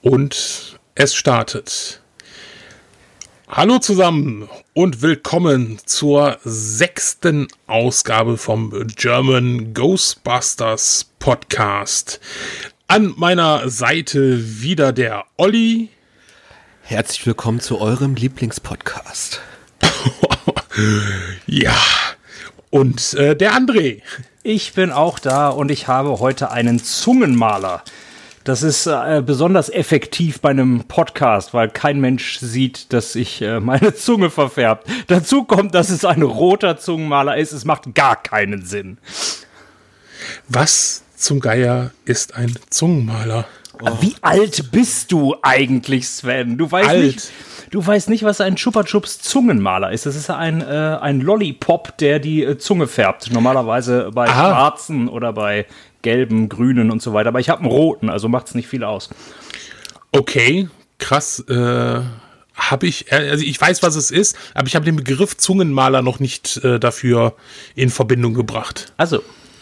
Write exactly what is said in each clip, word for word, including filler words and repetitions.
Und es startet. Hallo zusammen und willkommen zur sechsten Ausgabe vom German Ghostbusters Podcast. An meiner Seite wieder der Olli. Herzlich willkommen zu eurem Lieblingspodcast. Ja, und äh, der André. Ich bin auch da und ich habe heute einen Zungenmaler. Das ist äh, besonders effektiv bei einem Podcast, weil kein Mensch sieht, dass sich äh, meine Zunge verfärbt. Dazu kommt, dass es ein roter Zungenmaler ist. Es macht gar keinen Sinn. Was zum Geier ist ein Zungenmaler? Oh. Wie alt bist du eigentlich, Sven? Du weißt alt. nicht, du weißt nicht, was ein Chupa Chups Zungenmaler ist. Das ist ein, äh, ein Lollipop, der die äh, Zunge färbt. Normalerweise bei Aha. schwarzen oder bei gelben, grünen und so weiter. Aber ich habe einen roten, also macht es nicht viel aus. Okay, krass. Äh, habe ich, also ich weiß, was es ist, aber ich habe den Begriff Zungenmaler noch nicht äh, dafür in Verbindung gebracht. Also,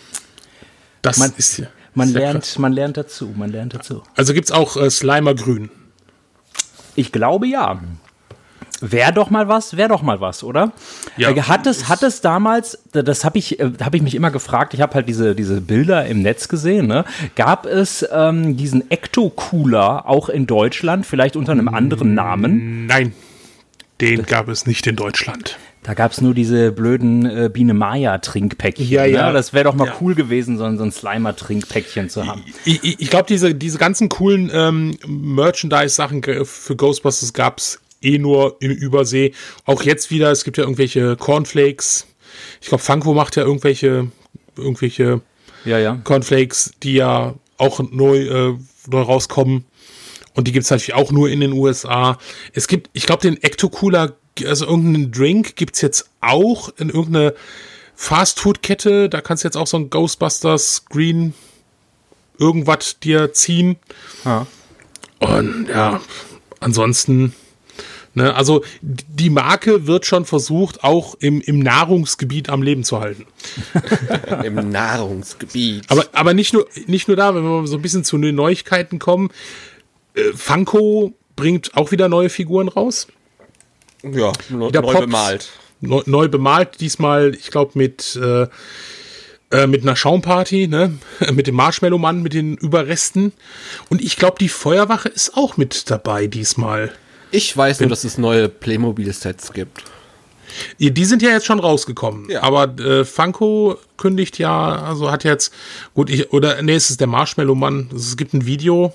das man, ist ja. Man lernt, man lernt dazu, man lernt dazu. Also gibt's auch äh, Slimer-Grün? Ich glaube, ja. Wäre doch mal was, wäre doch mal was, oder? Ja. Äh, hat es, hat es damals, das habe ich, äh, habe ich mich immer gefragt, ich habe halt diese, diese Bilder im Netz gesehen, ne? Gab es ähm, diesen Ecto-Cooler auch in Deutschland, vielleicht unter einem anderen Namen? Nein, den gab es nicht in Deutschland. Da gab es nur diese blöden äh, Biene-Maya-Trinkpäckchen. Ja, ja. Ne? Das wäre doch mal ja. cool gewesen, so, so ein Slimer-Trinkpäckchen zu haben. Ich, ich, ich glaube, diese, diese ganzen coolen ähm, Merchandise-Sachen für Ghostbusters gab es eh nur in Übersee. Auch jetzt wieder, es gibt ja irgendwelche Cornflakes. Ich glaube, Funko macht ja irgendwelche, irgendwelche ja, ja. Cornflakes, die ja auch neu, äh, neu rauskommen. Und die gibt es natürlich auch nur in den U S A. Es gibt, ich glaube, den Ecto-Cooler, also irgendeinen Drink gibt es jetzt auch in irgendeine Fastfood-Kette. Da kannst du jetzt auch so ein Ghostbusters Green irgendwas dir ziehen. Ja. Und ja, ansonsten, ne, also die Marke wird schon versucht, auch im, im Nahrungsgebiet am Leben zu halten. Im Nahrungsgebiet. Aber, aber nicht nur, nicht nur da, wenn wir so ein bisschen zu den Neuigkeiten kommen. Äh, Funko bringt auch wieder neue Figuren raus. Ja, neu, wieder neu Pops, bemalt. Neu, neu bemalt, diesmal, ich glaube, mit, äh, äh, mit einer Schaumparty, ne? Mit dem Marshmallow-Mann, mit den Überresten. Und ich glaube, die Feuerwache ist auch mit dabei diesmal. Ich weiß nur, dass es neue Playmobil-Sets gibt. Die, die sind ja jetzt schon rausgekommen. Ja. Aber äh, Funko kündigt ja, also hat jetzt, gut, ich, oder, nee, es ist der Marshmallow-Mann. Es gibt ein Video.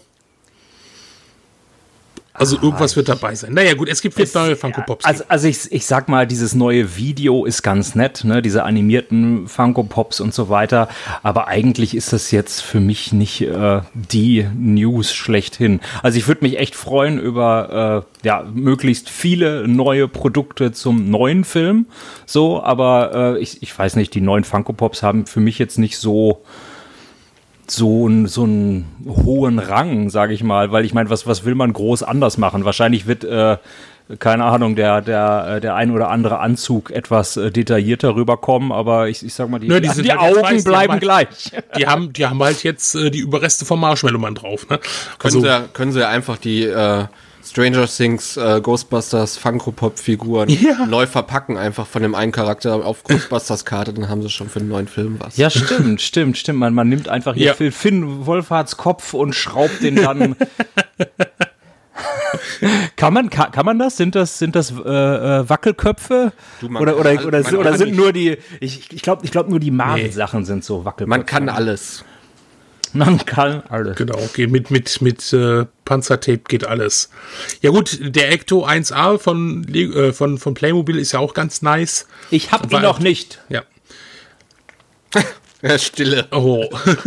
Also irgendwas wird dabei sein. Naja gut, es gibt jetzt neue Funko Pops. Also, also ich, ich sag mal, dieses neue Video ist ganz nett, ne? Diese animierten Funko Pops und so weiter. Aber eigentlich ist das jetzt für mich nicht äh, die News schlechthin. Also ich würde mich echt freuen über äh, ja möglichst viele neue Produkte zum neuen Film. So, aber äh, ich, ich weiß nicht, die neuen Funko Pops haben für mich jetzt nicht so so einen so einen hohen Rang, sage ich mal, weil ich meine, was was will man groß anders machen? Wahrscheinlich wird äh, keine Ahnung, der der der ein oder andere Anzug etwas äh, detaillierter rüberkommen, aber ich, ich sag mal, die, Nö, die, die, die halt Augen weiß, bleiben die gleich. Die haben die haben halt jetzt äh, die Überreste vom Marshmallow-Mann drauf, ne? Können, Also, sie, ja- können sie ja einfach die äh, Stranger Things äh, Ghostbusters Funko Pop Figuren Ja. neu verpacken, einfach von dem einen Charakter auf Ghostbusters Karte, dann haben sie schon für den neuen Film was. Ja, stimmt, stimmt, stimmt. Man, man nimmt einfach hier Ja. Phil Finn Wolfhards Kopf und schraubt den dann. Kann man, kann, kann man das? Sind das, sind das äh, äh, Wackelköpfe? Du, man oder kann oder, alles- oder, man oder kann sind nicht- nur die, ich, ich glaube, ich glaub, nur die Marvel-Sachen sind so Wackelköpfe. Man kann alles. Man kann alles. genau, okay, mit mit mit äh, Panzertape geht alles. Ja gut, der Ecto eins A von Le- äh, von von Playmobil ist ja auch ganz nice. Ich hab ihn Weil- noch nicht. Ja. Ja, Stille. Oh.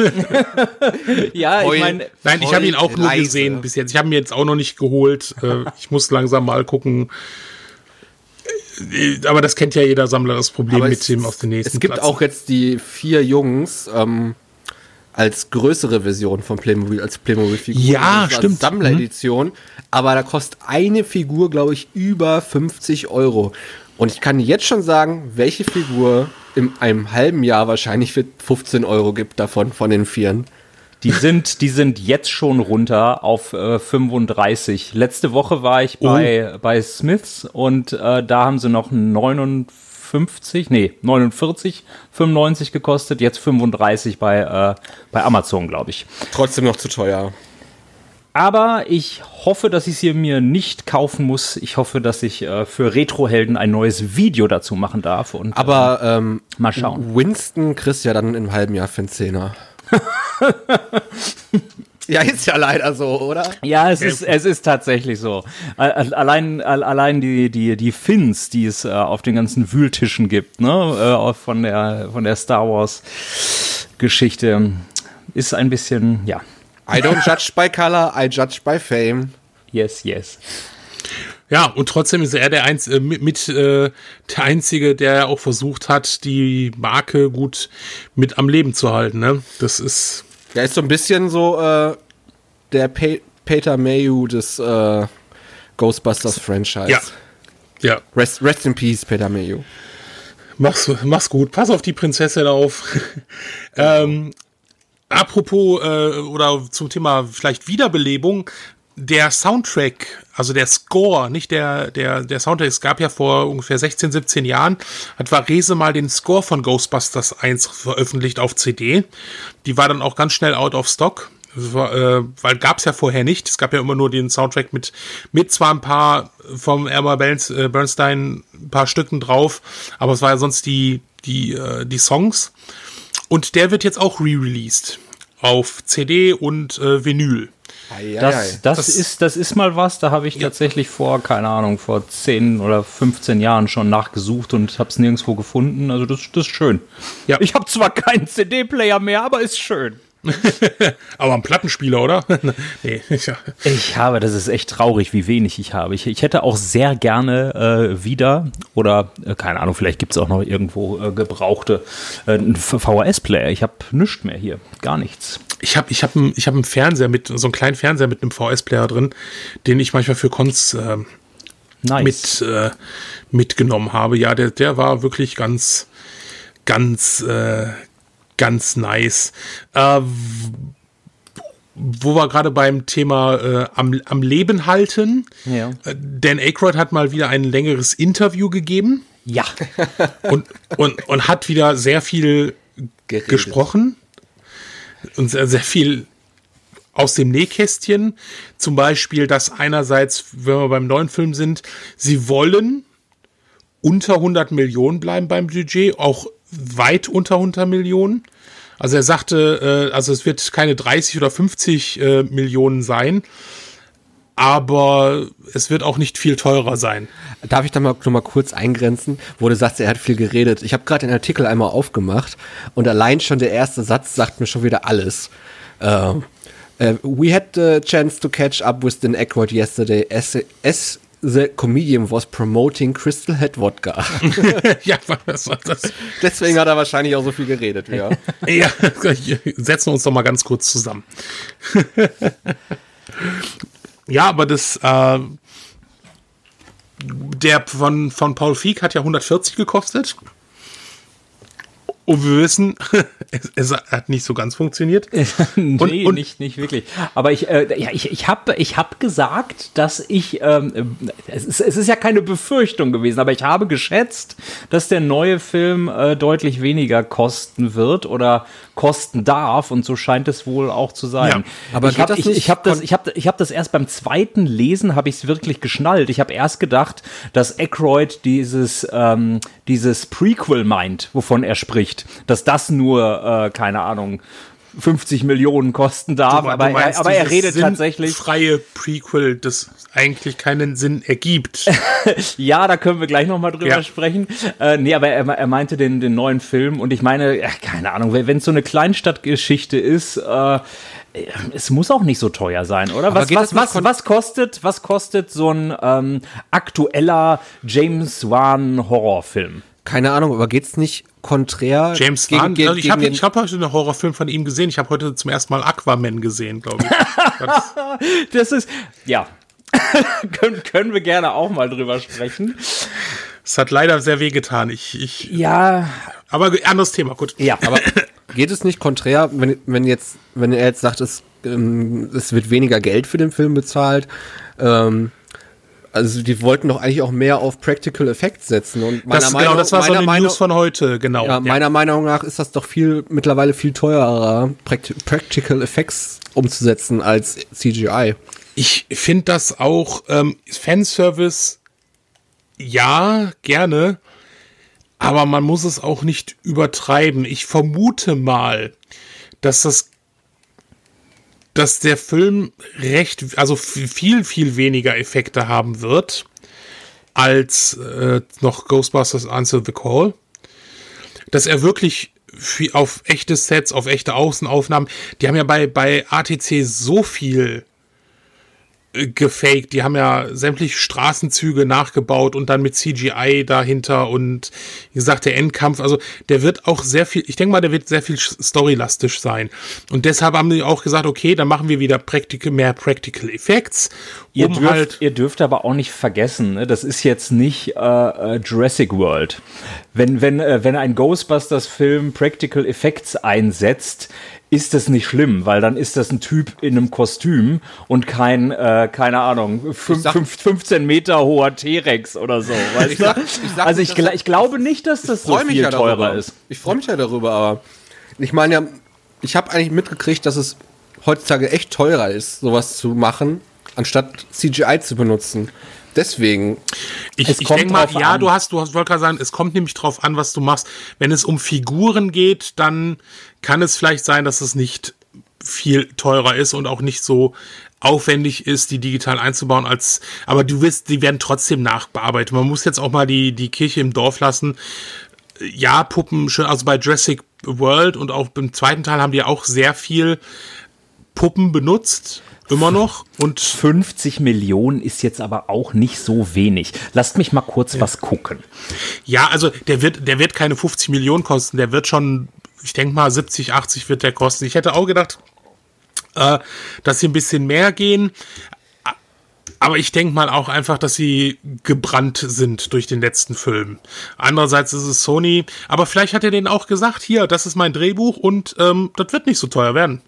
Ja, Heul- ich meine, Nein, ich habe ihn auch nur leise. gesehen bis jetzt. Ich habe ihn jetzt auch noch nicht geholt. Äh, ich muss langsam mal gucken. Äh, Aber das kennt ja jeder Sammler, das Problem Aber mit es- dem auf den nächsten Es gibt Platz. auch jetzt die vier Jungs ähm, als größere Version von Playmobil, als Playmobil-Figur. Ja, Also stimmt. Als Sammleredition. Aber da kostet eine Figur, glaube ich, über fünfzig Euro. Und ich kann jetzt schon sagen, welche Figur in einem halben Jahr wahrscheinlich für fünfzehn Euro gibt davon, von den Vieren. Die sind, die sind jetzt schon runter auf äh, fünfunddreißig. Letzte Woche war ich bei, oh. bei Smiths und äh, da haben sie noch neunundfünfzig, nee, neunundvierzig, fünfundneunzig gekostet, jetzt fünfunddreißig bei, äh, bei Amazon, glaube ich. Trotzdem noch zu teuer. Aber ich hoffe, dass ich sie mir nicht kaufen muss. Ich hoffe, dass ich äh, für Retrohelden ein neues Video dazu machen darf. Und, Aber ähm, mal schauen. Winston kriegst du ja dann im halben Jahr für einen Zehner. Ja, ist ja leider so, oder? Ja, es ist, es ist tatsächlich so. Allein, allein die, die, die Fins, die es äh, auf den ganzen Wühltischen gibt, ne, äh, von der, von der Star Wars Geschichte, ist ein bisschen, ja. I don't judge by color, I judge by fame. Yes, yes. Ja, und trotzdem ist er der, Einz äh, mit, mit äh, der Einzige, der auch versucht hat, die Marke gut mit am Leben zu halten. Ne? Das ist... Ja, ist so ein bisschen so äh, der Pe Peter Mayhew des äh, Ghostbusters-Franchise. Ja. ja. Rest, rest in peace, Peter Mayhew. Mach's, mach's gut. Pass auf die Prinzessin auf. ähm, apropos, äh, oder zum Thema vielleicht Wiederbelebung, der Soundtrack, also der Score, nicht der, der, der Soundtrack, es gab ja vor ungefähr sechzehn, siebzehn Jahren, hat Varese mal den Score von Ghostbusters eins veröffentlicht auf C D. Die war dann auch ganz schnell out of stock, war, äh, weil gab's ja vorher nicht. Es gab ja immer nur den Soundtrack mit, mit zwar ein paar vom Elmer Bernstein, ein paar Stücken drauf, aber es war ja sonst die, die, äh, die Songs. Und der wird jetzt auch re-released auf C D und äh, Vinyl. Das, das, das, ist, das ist mal was, da habe ich ja. tatsächlich vor, keine Ahnung, vor zehn oder fünfzehn Jahren schon nachgesucht und habe es nirgendwo gefunden. Also das, das ist schön. Ja. Ich habe zwar keinen C D-Player mehr, aber ist schön. Aber ein Plattenspieler, oder? Nee. Ich habe, das ist echt traurig, wie wenig ich habe. Ich, ich hätte auch sehr gerne äh, wieder, oder äh, keine Ahnung, vielleicht gibt es auch noch irgendwo äh, gebrauchte äh, einen V H S-Player. Ich habe nichts mehr hier, gar nichts. Ich habe ich hab einen ich hab einen Fernseher mit, so einen kleinen Fernseher mit einem V H S-Player drin, den ich manchmal für Cons äh, nice. mit, äh, mitgenommen habe. Ja, der, der war wirklich ganz, ganz, äh, ganz nice. Äh, wo wir gerade beim Thema äh, am, am Leben halten. Ja. Äh, Dan Aykroyd hat mal wieder ein längeres Interview gegeben. Ja. und, und, und hat wieder sehr viel Geredet. gesprochen. Und sehr, sehr viel aus dem Nähkästchen. Zum Beispiel, dass einerseits, wenn wir beim neuen Film sind, sie wollen unter hundert Millionen bleiben beim Budget, auch weit unter hundert Millionen. Also er sagte, äh, also es wird keine dreißig oder fünfzig äh, Millionen sein, aber es wird auch nicht viel teurer sein. Darf ich da mal, noch mal kurz eingrenzen, wo du sagst, er hat viel geredet. Ich habe gerade den Artikel einmal aufgemacht und allein schon der erste Satz sagt mir schon wieder alles. Uh, uh, we had the chance to catch up with Dan Aykroyd yesterday as, as the comedian was promoting Crystal Head Vodka. Ja, was war das? Deswegen hat er wahrscheinlich auch so viel geredet. Ja, ja, setzen wir uns doch mal ganz kurz zusammen. Ja, aber das, äh, der von, von Paul Feig hat ja hundertvierzig gekostet. Und wir wissen, es, es hat nicht so ganz funktioniert. Nee, und, und nicht, nicht wirklich. Aber ich, äh, ja, ich, ich habe ich hab gesagt, dass ich, ähm, es, ist, es ist ja keine Befürchtung gewesen, aber ich habe geschätzt, dass der neue Film äh, deutlich weniger kosten wird oder kosten darf, und so scheint es wohl auch zu sein. Ja, aber ich habe ich, ich hab das, ich hab, ich hab das erst beim zweiten Lesen, habe ich es wirklich geschnallt. Ich habe erst gedacht, dass Aykroyd dieses, ähm, dieses Prequel meint, wovon er spricht, dass das nur, äh, keine Ahnung, fünfzig Millionen kosten darf, du, aber, du meinst, er, aber er redet tatsächlich. Freie Prequel, das eigentlich keinen Sinn ergibt. Ja, da können wir gleich nochmal drüber ja. sprechen. Äh, nee, aber er, er meinte den, den neuen Film, und ich meine, ja, keine Ahnung, wenn es so eine Kleinstadtgeschichte ist, äh, es muss auch nicht so teuer sein, oder? Was, was, was, was, kostet, was kostet so ein ähm, aktueller James Wan Horrorfilm? Keine Ahnung, aber geht's nicht konträr? James gegen, Wan? gegen, also ich habe ich hab heute einen Horrorfilm von ihm gesehen. Ich habe heute zum ersten Mal Aquaman gesehen, glaube ich. das, das ist, ja, können, können wir gerne auch mal drüber sprechen. Es hat leider sehr wehgetan. Ich, ich, ja. Aber anderes Thema, gut. Ja, aber geht es nicht konträr, wenn, wenn jetzt, wenn er jetzt sagt, es, ähm, es wird weniger Geld für den Film bezahlt, ähm, also die wollten doch eigentlich auch mehr auf Practical Effects setzen. Und meiner das, Meinung, genau, das war so eine Meinung, News von heute, genau. Ja, meiner ja. Meinung nach ist das doch viel mittlerweile viel teurer, Practi- Practical Effects umzusetzen als C G I. Ich finde das auch ähm, Fanservice, ja, gerne, aber man muss es auch nicht übertreiben. Ich vermute mal, dass das dass der Film recht, also viel, viel weniger Effekte haben wird als äh, noch Ghostbusters Answer the Call. Dass er wirklich viel auf echte Sets, auf echte Außenaufnahmen, die haben ja bei, bei A T C so viel äh, gefaked, die haben ja sämtliche Straßenzüge nachgebaut und dann mit C G I dahinter und wie gesagt, der Endkampf, also der wird auch sehr viel, ich denke mal, der wird sehr viel storylastisch sein. Und deshalb haben die auch gesagt, okay, dann machen wir wieder Practical, mehr Practical Effects. Ihr, um dürft, halt ihr dürft aber auch nicht vergessen, ne, das ist jetzt nicht äh, Jurassic World. Wenn, wenn, äh, wenn ein Ghostbusters-Film Practical Effects einsetzt, ist das nicht schlimm, weil dann ist das ein Typ in einem Kostüm und kein, äh, keine Ahnung, fünf, sag, fünf, fünfzehn Meter hoher T-Rex oder so. Weißt ich du? sag, ich sag also nicht, ich, gl- ich glaube nicht, dass das so viel ja teurer darüber. ist. Ich freue mich ja darüber, aber ich meine ja, ich habe eigentlich mitgekriegt, dass es heutzutage echt teurer ist, sowas zu machen, anstatt C G I zu benutzen. Deswegen. Ich, es ich kommt denke mal, drauf ja, an. du hast, du hast, wollte gerade sagen, es kommt nämlich drauf an, was du machst. Wenn es um Figuren geht, dann kann es vielleicht sein, dass es nicht viel teurer ist und auch nicht so aufwendig ist, die digital einzubauen, als, aber du wirst, die werden trotzdem nachbearbeitet. Man muss jetzt auch mal die, die Kirche im Dorf lassen. Ja, Puppen, schön, also bei Jurassic World und auch beim zweiten Teil haben die auch sehr viel Puppen benutzt. Immer noch. Und fünfzig Millionen ist jetzt aber auch nicht so wenig. Lasst mich mal kurz ja. was gucken. Ja, also der wird, der wird keine fünfzig Millionen kosten. Der wird schon, ich denke mal, siebzig, achtzig wird der kosten. Ich hätte auch gedacht, äh, dass sie ein bisschen mehr gehen. Aber ich denke mal auch einfach, dass sie gebrannt sind durch den letzten Film. Andererseits ist es Sony. Aber vielleicht hat er denen auch gesagt, hier, das ist mein Drehbuch und ähm, das wird nicht so teuer werden.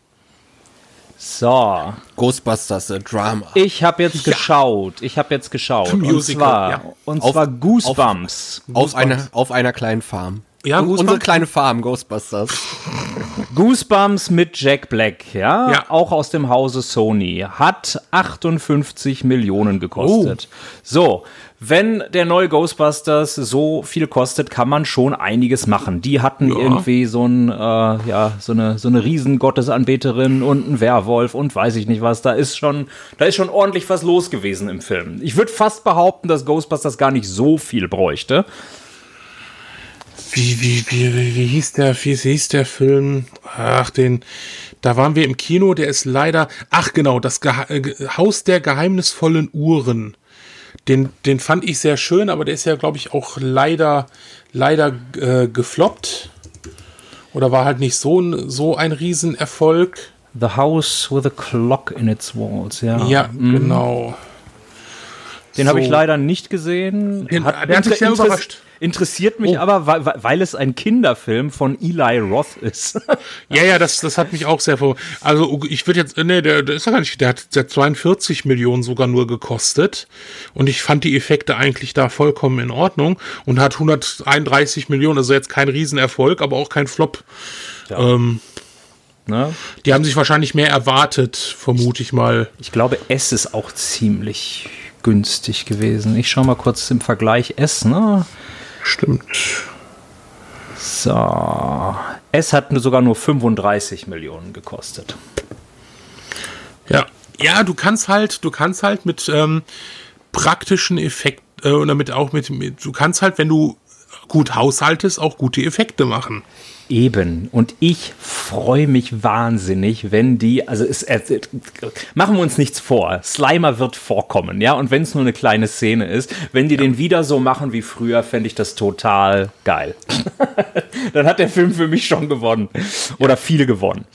So. Ghostbusters, the Drama. Ich habe jetzt ja. geschaut. Ich habe jetzt geschaut. Musical, und zwar, ja. und auf, zwar Goosebumps. Auf, auf, eine, auf einer kleinen Farm. Ja, und unsere kleine Farm, Ghostbusters. Goosebumps mit Jack Black, ja? ja. Auch aus dem Hause Sony. Hat achtundfünfzig Millionen gekostet. Oh. So, wenn der neue Ghostbusters so viel kostet, kann man schon einiges machen. Die hatten ja. irgendwie so, ein, äh, ja, so eine, so eine Riesengottesanbeterin und einen Werwolf und weiß ich nicht was. Da ist schon, da ist schon ordentlich was los gewesen im Film. Ich würde fast behaupten, dass Ghostbusters gar nicht so viel bräuchte. Wie, wie, wie, wie, wie hieß der, wie hieß der Film? Ach, den, da waren wir im Kino, der ist leider, ach genau, das Ge- Haus der geheimnisvollen Uhren. Den, den fand ich sehr schön, aber der ist ja, glaube ich, auch leider, leider äh, gefloppt. Oder war halt nicht so ein, so ein Riesenerfolg. The House with a Clock in its Walls, ja. Ja, mhm. genau. Den so. habe ich leider nicht gesehen. Den, hat, der hat mich sehr inter- überrascht. Interessiert mich oh. aber, weil, weil es ein Kinderfilm von Eli Roth ist. ja, ja, das, das hat mich auch sehr ver... Also ich würde jetzt... Nee, der, der ist ja gar nicht... Der hat der zweiundvierzig Millionen sogar nur gekostet. Und ich fand die Effekte eigentlich da vollkommen in Ordnung. Und hat hunderteinunddreißig Millionen. Also jetzt kein Riesenerfolg, aber auch kein Flop. Ja. Ähm, ne? Die haben sich wahrscheinlich mehr erwartet, vermute ich mal. Ich glaube, S ist auch ziemlich günstig gewesen. Ich schaue mal kurz im Vergleich S, ne? Stimmt. So. Es hat sogar nur fünfunddreißig Millionen gekostet. Ja. Ja, du kannst halt, du kannst halt mit ähm, praktischen Effekten äh, oder mit auch mit, mit, du kannst halt, wenn du gut haushaltest, auch gute Effekte machen. Eben. Und ich freue mich wahnsinnig, wenn die, also es, äh, machen wir uns nichts vor, Slimer wird vorkommen, ja, und wenn es nur eine kleine Szene ist, wenn die ja. den wieder so machen wie früher, fände ich das total geil. Dann hat der Film für mich schon gewonnen. Oder ja. viele gewonnen.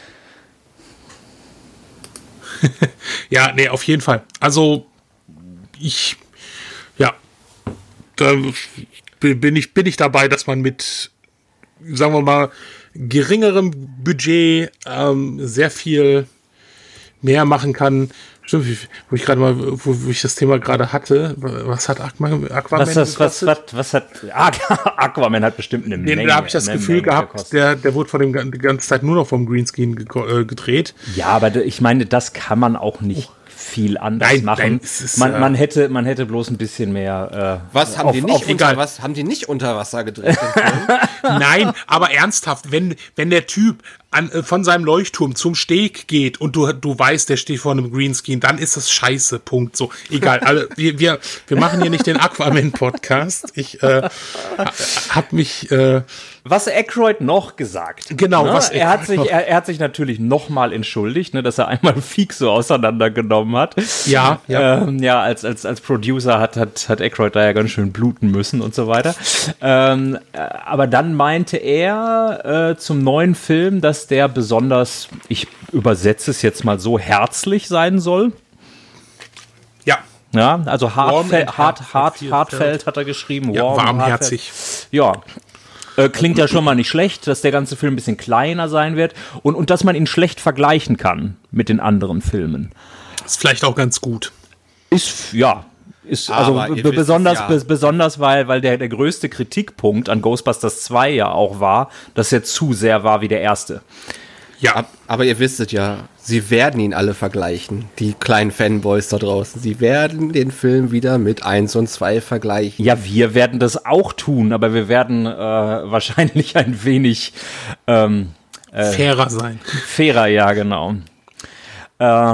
Ja, nee, auf jeden Fall. Also, ich, ja, da bin ich, bin ich dabei, dass man mit, sagen wir mal, geringerem Budget ähm, sehr viel mehr machen kann. Stimmt, wo ich gerade mal, wo, wo ich das Thema gerade hatte, was hat Aquaman? Aquaman was, das, was, was, was hat Aquaman hat bestimmt eine Den, Menge. Da habe ich das Gefühl Menge gehabt, gekostet. der, der wurde von dem die ganze Zeit nur noch vom Greenscreen ge- äh, gedreht. Ja, aber ich meine, das kann man auch nicht viel anders Nein, machen. nein, es ist, man, äh, man hätte, man hätte bloß ein bisschen mehr. Äh, Was haben auf, die nicht auf, unter egal. was haben die nicht unter Wasser gedreht? den Film? Nein, aber ernsthaft, wenn, wenn der Typ an, äh, von seinem Leuchtturm zum Steg geht und du, du weißt, der steht vor einem Greenscreen, dann ist das scheiße, Punkt. So, egal. Also, wir, wir, wir machen hier nicht den Aquaman-Podcast. Ich äh, hab mich äh, Was Aykroyd noch gesagt. Genau, ne? was er hat Aykroyd noch- sich, er, er hat sich natürlich nochmal entschuldigt, ne, dass er einmal Feek so auseinandergenommen hat. Ja, ja. Ähm, ja, als, als, als Producer hat, hat, hat Aykroyd da ja ganz schön bluten müssen und so weiter. Ähm, äh, aber dann meinte er äh, zum neuen Film, dass der besonders, ich übersetze es jetzt mal so, herzlich sein soll. ja. Ja, also Warm Hartfeld, and hart, heartfelt. hart, Hartfeld hat er geschrieben. Ja, warm and warmherzig. heartfelt. Ja, äh, klingt ja schon mal nicht schlecht, dass der ganze Film ein bisschen kleiner sein wird und, und dass man ihn schlecht vergleichen kann mit den anderen Filmen. Ist vielleicht auch ganz gut. Ist, ja, ist Aber also ihr be- wisst besonders, es ja. be- besonders weil, weil der, der größte Kritikpunkt an Ghostbusters zwei ja auch war, dass er zu sehr war wie der erste. Ja. Ab, aber ihr wisstet ja, sie werden ihn alle vergleichen, die kleinen Fanboys da draußen. Sie werden den Film wieder mit eins und zwei vergleichen. Ja, wir werden das auch tun, aber wir werden äh, wahrscheinlich ein wenig ähm, Fairer sein. fairer, ja, genau. Äh,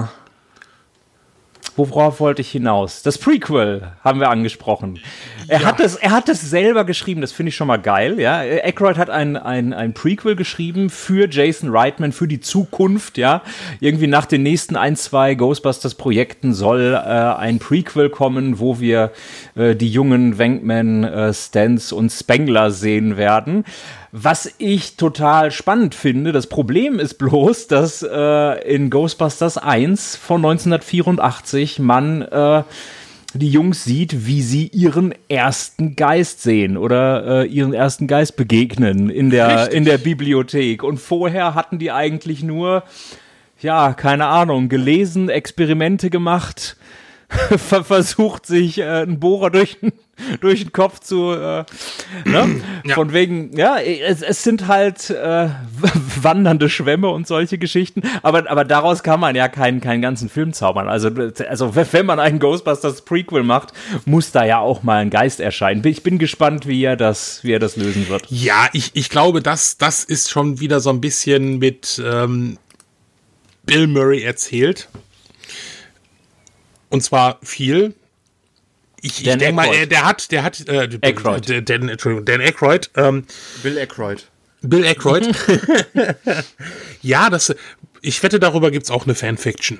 worauf wollte ich hinaus? Das Prequel haben wir angesprochen. Er, Ja. hat das, er hat das selber geschrieben, das finde ich schon mal geil. Ja? Aykroyd hat ein, ein, ein Prequel geschrieben für Jason Reitman, für die Zukunft. Ja? Irgendwie nach den nächsten ein, zwei Ghostbusters-Projekten soll äh, ein Prequel kommen, wo wir äh, die jungen Venkman, äh, Stans und Spengler sehen werden. Was ich total spannend finde, das Problem ist bloß, dass äh, in Ghostbusters eins von neunzehnhundertvierundachtzig man äh, die Jungs sieht, wie sie ihren ersten Geist sehen oder äh, ihren ersten Geist begegnen in der, in der Bibliothek. Und vorher hatten die eigentlich nur, ja, keine Ahnung, gelesen, Experimente gemacht, ver- versucht sich äh, einen Bohrer durch, durch den Kopf zu, äh, ne? Ja. Von wegen, ja, es, es sind halt äh, wandernde Schwämme und solche Geschichten, aber, aber daraus kann man ja keinen, keinen ganzen Film zaubern. Also, also wenn man einen Ghostbusters Prequel macht, muss da ja auch mal ein Geist erscheinen. Ich bin gespannt, wie er das, wie er das lösen wird. Ja, ich, ich glaube, das, das ist schon wieder so ein bisschen mit ähm, Bill Murray erzählt. Und zwar viel. Ich, ich Dan denke mal, Aykroyd. er, der hat, der hat, äh, Aykroyd. Dan, Dan, Entschuldigung, Dan Aykroyd, ähm, Bill Aykroyd. Bill Aykroyd. Ja, das, ich wette, darüber gibt's auch eine Fanfiction.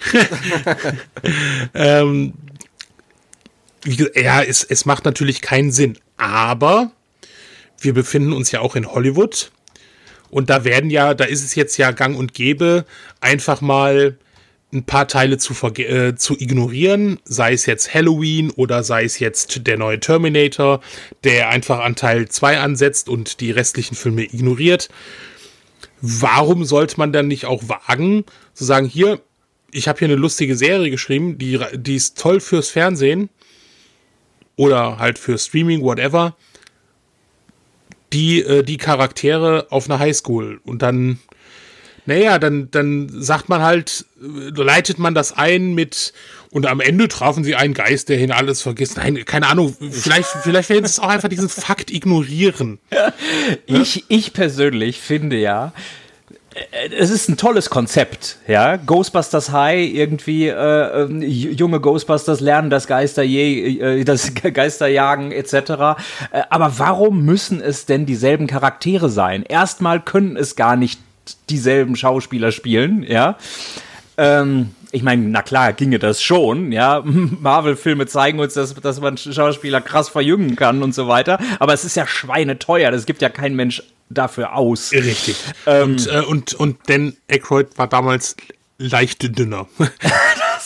ähm, wie gesagt, ja, es, es macht natürlich keinen Sinn, aber wir befinden uns ja auch in Hollywood und da werden ja, da ist es jetzt ja gang und gäbe, einfach mal ein paar Teile zu, verge- äh, zu ignorieren, sei es jetzt Halloween oder sei es jetzt der neue Terminator, der einfach an Teil zwei ansetzt und die restlichen Filme ignoriert. Warum sollte man dann nicht auch wagen, zu sagen, hier, ich habe hier eine lustige Serie geschrieben, die, die ist toll fürs Fernsehen oder halt für Streaming, whatever, die, äh, die Charaktere auf einer Highschool und dann Naja, dann, dann sagt man halt, äh, leitet man das ein mit, und am Ende trafen sie einen Geist, der hin alles vergisst. Nein, keine Ahnung, vielleicht, vielleicht werden sie es auch einfach diesen Fakt ignorieren. Ich, ich persönlich finde ja, äh, es ist ein tolles Konzept, ja. Ghostbusters High, irgendwie äh, äh, junge Ghostbusters lernen das Geister je, äh, das Geisterjagen et cetera. Äh, aber warum müssen es denn dieselben Charaktere sein? Erstmal können es gar nicht dieselben Schauspieler spielen, ja. Ähm, ich meine, na klar, ginge das schon, ja. Marvel-Filme zeigen uns, dass, dass man Schauspieler krass verjüngen kann und so weiter. Aber es ist ja schweineteuer. Das gibt ja kein Mensch dafür aus. Richtig. Ähm, und, äh, und, und Dan Aykroyd war damals leicht dünner. Das,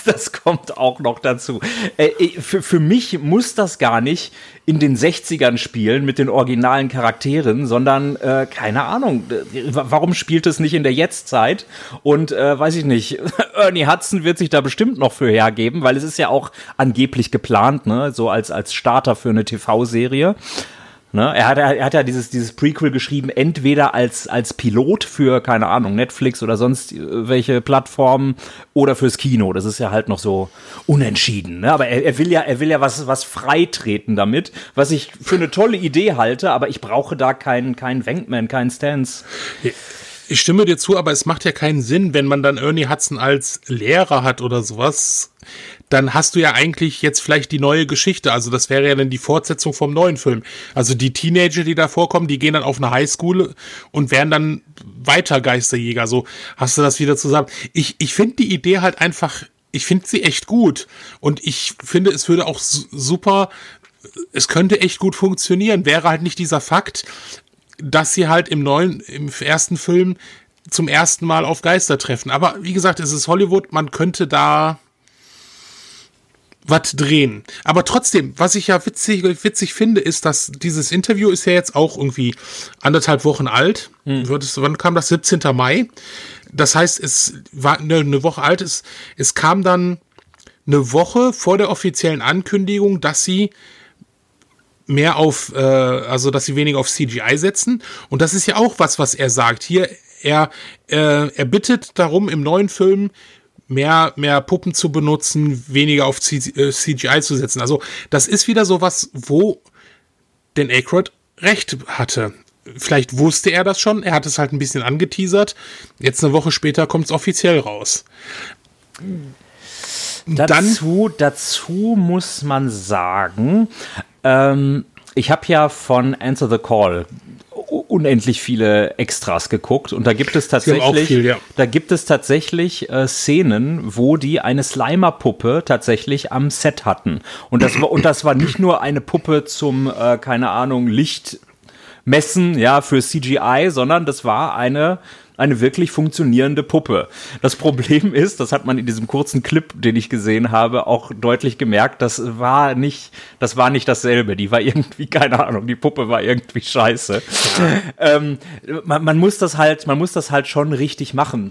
das kommt auch noch dazu. Äh, für, für mich muss das gar nicht in den sechzigern spielen mit den originalen Charakteren, sondern, äh, keine Ahnung, warum spielt es nicht in der Jetztzeit? Und, äh, weiß ich nicht, Ernie Hudson wird sich da bestimmt noch für hergeben, weil es ist ja auch angeblich geplant, ne, so als, als Starter für eine T V-Serie. Ne? Er, hat, er hat ja dieses, dieses Prequel geschrieben, entweder als, als Pilot für, keine Ahnung, Netflix oder sonst welche Plattformen oder fürs Kino. Das ist ja halt noch so unentschieden. Ne? Aber er, er will ja, er will ja was, was freitreten damit, was ich für eine tolle Idee halte, aber ich brauche da keinen, keinen Wankman, keinen Stance. Ich stimme dir zu, aber es macht ja keinen Sinn, wenn man dann Ernie Hudson als Lehrer hat oder sowas. Dann hast du ja eigentlich jetzt vielleicht die neue Geschichte. Also das wäre ja dann die Fortsetzung vom neuen Film. Also die Teenager, die da vorkommen, die gehen dann auf eine Highschool und werden dann weiter Geisterjäger. So hast du das wieder zusammen. Ich, ich finde die Idee halt einfach, ich finde sie echt gut. Und ich finde, es würde auch super, es könnte echt gut funktionieren. Wäre halt nicht dieser Fakt, dass sie halt im neuen, im ersten Film zum ersten Mal auf Geister treffen. Aber wie gesagt, es ist Hollywood, man könnte da was drehen. Aber trotzdem, was ich ja witzig, witzig finde, ist, dass dieses Interview ist ja jetzt auch irgendwie anderthalb Wochen alt. Hm. Wird es, wann kam das? siebzehnten Mai. Das heißt, es war eine, eine Woche alt. Es, es kam dann eine Woche vor der offiziellen Ankündigung, dass sie mehr auf, äh, also dass sie weniger auf C G I setzen. Und das ist ja auch was, was er sagt. Hier, er, äh, er bittet darum, im neuen Film mehr, mehr Puppen zu benutzen, weniger auf C G I zu setzen. Also das ist wieder sowas, wo Dan Aykroyd recht hatte. Vielleicht wusste er das schon, er hat es halt ein bisschen angeteasert. Jetzt eine Woche später kommt es offiziell raus. Dazu, dazu muss man sagen, ähm, ich habe ja von Answer the Call unendlich viele Extras geguckt und da gibt es tatsächlich, viel, ja. da gibt es tatsächlich äh, Szenen, wo die eine Slimer-Puppe tatsächlich am Set hatten. Und das war, und das war nicht nur eine Puppe zum, äh, keine Ahnung, Lichtmessen, ja, für C G I, sondern das war eine eine wirklich funktionierende Puppe. Das Problem ist, das hat man in diesem kurzen Clip, den ich gesehen habe, auch deutlich gemerkt, das war nicht, das war nicht dasselbe. Die war irgendwie, keine Ahnung, die Puppe war irgendwie scheiße. Ja. Ähm, man, man muss das halt, man muss das halt schon richtig machen.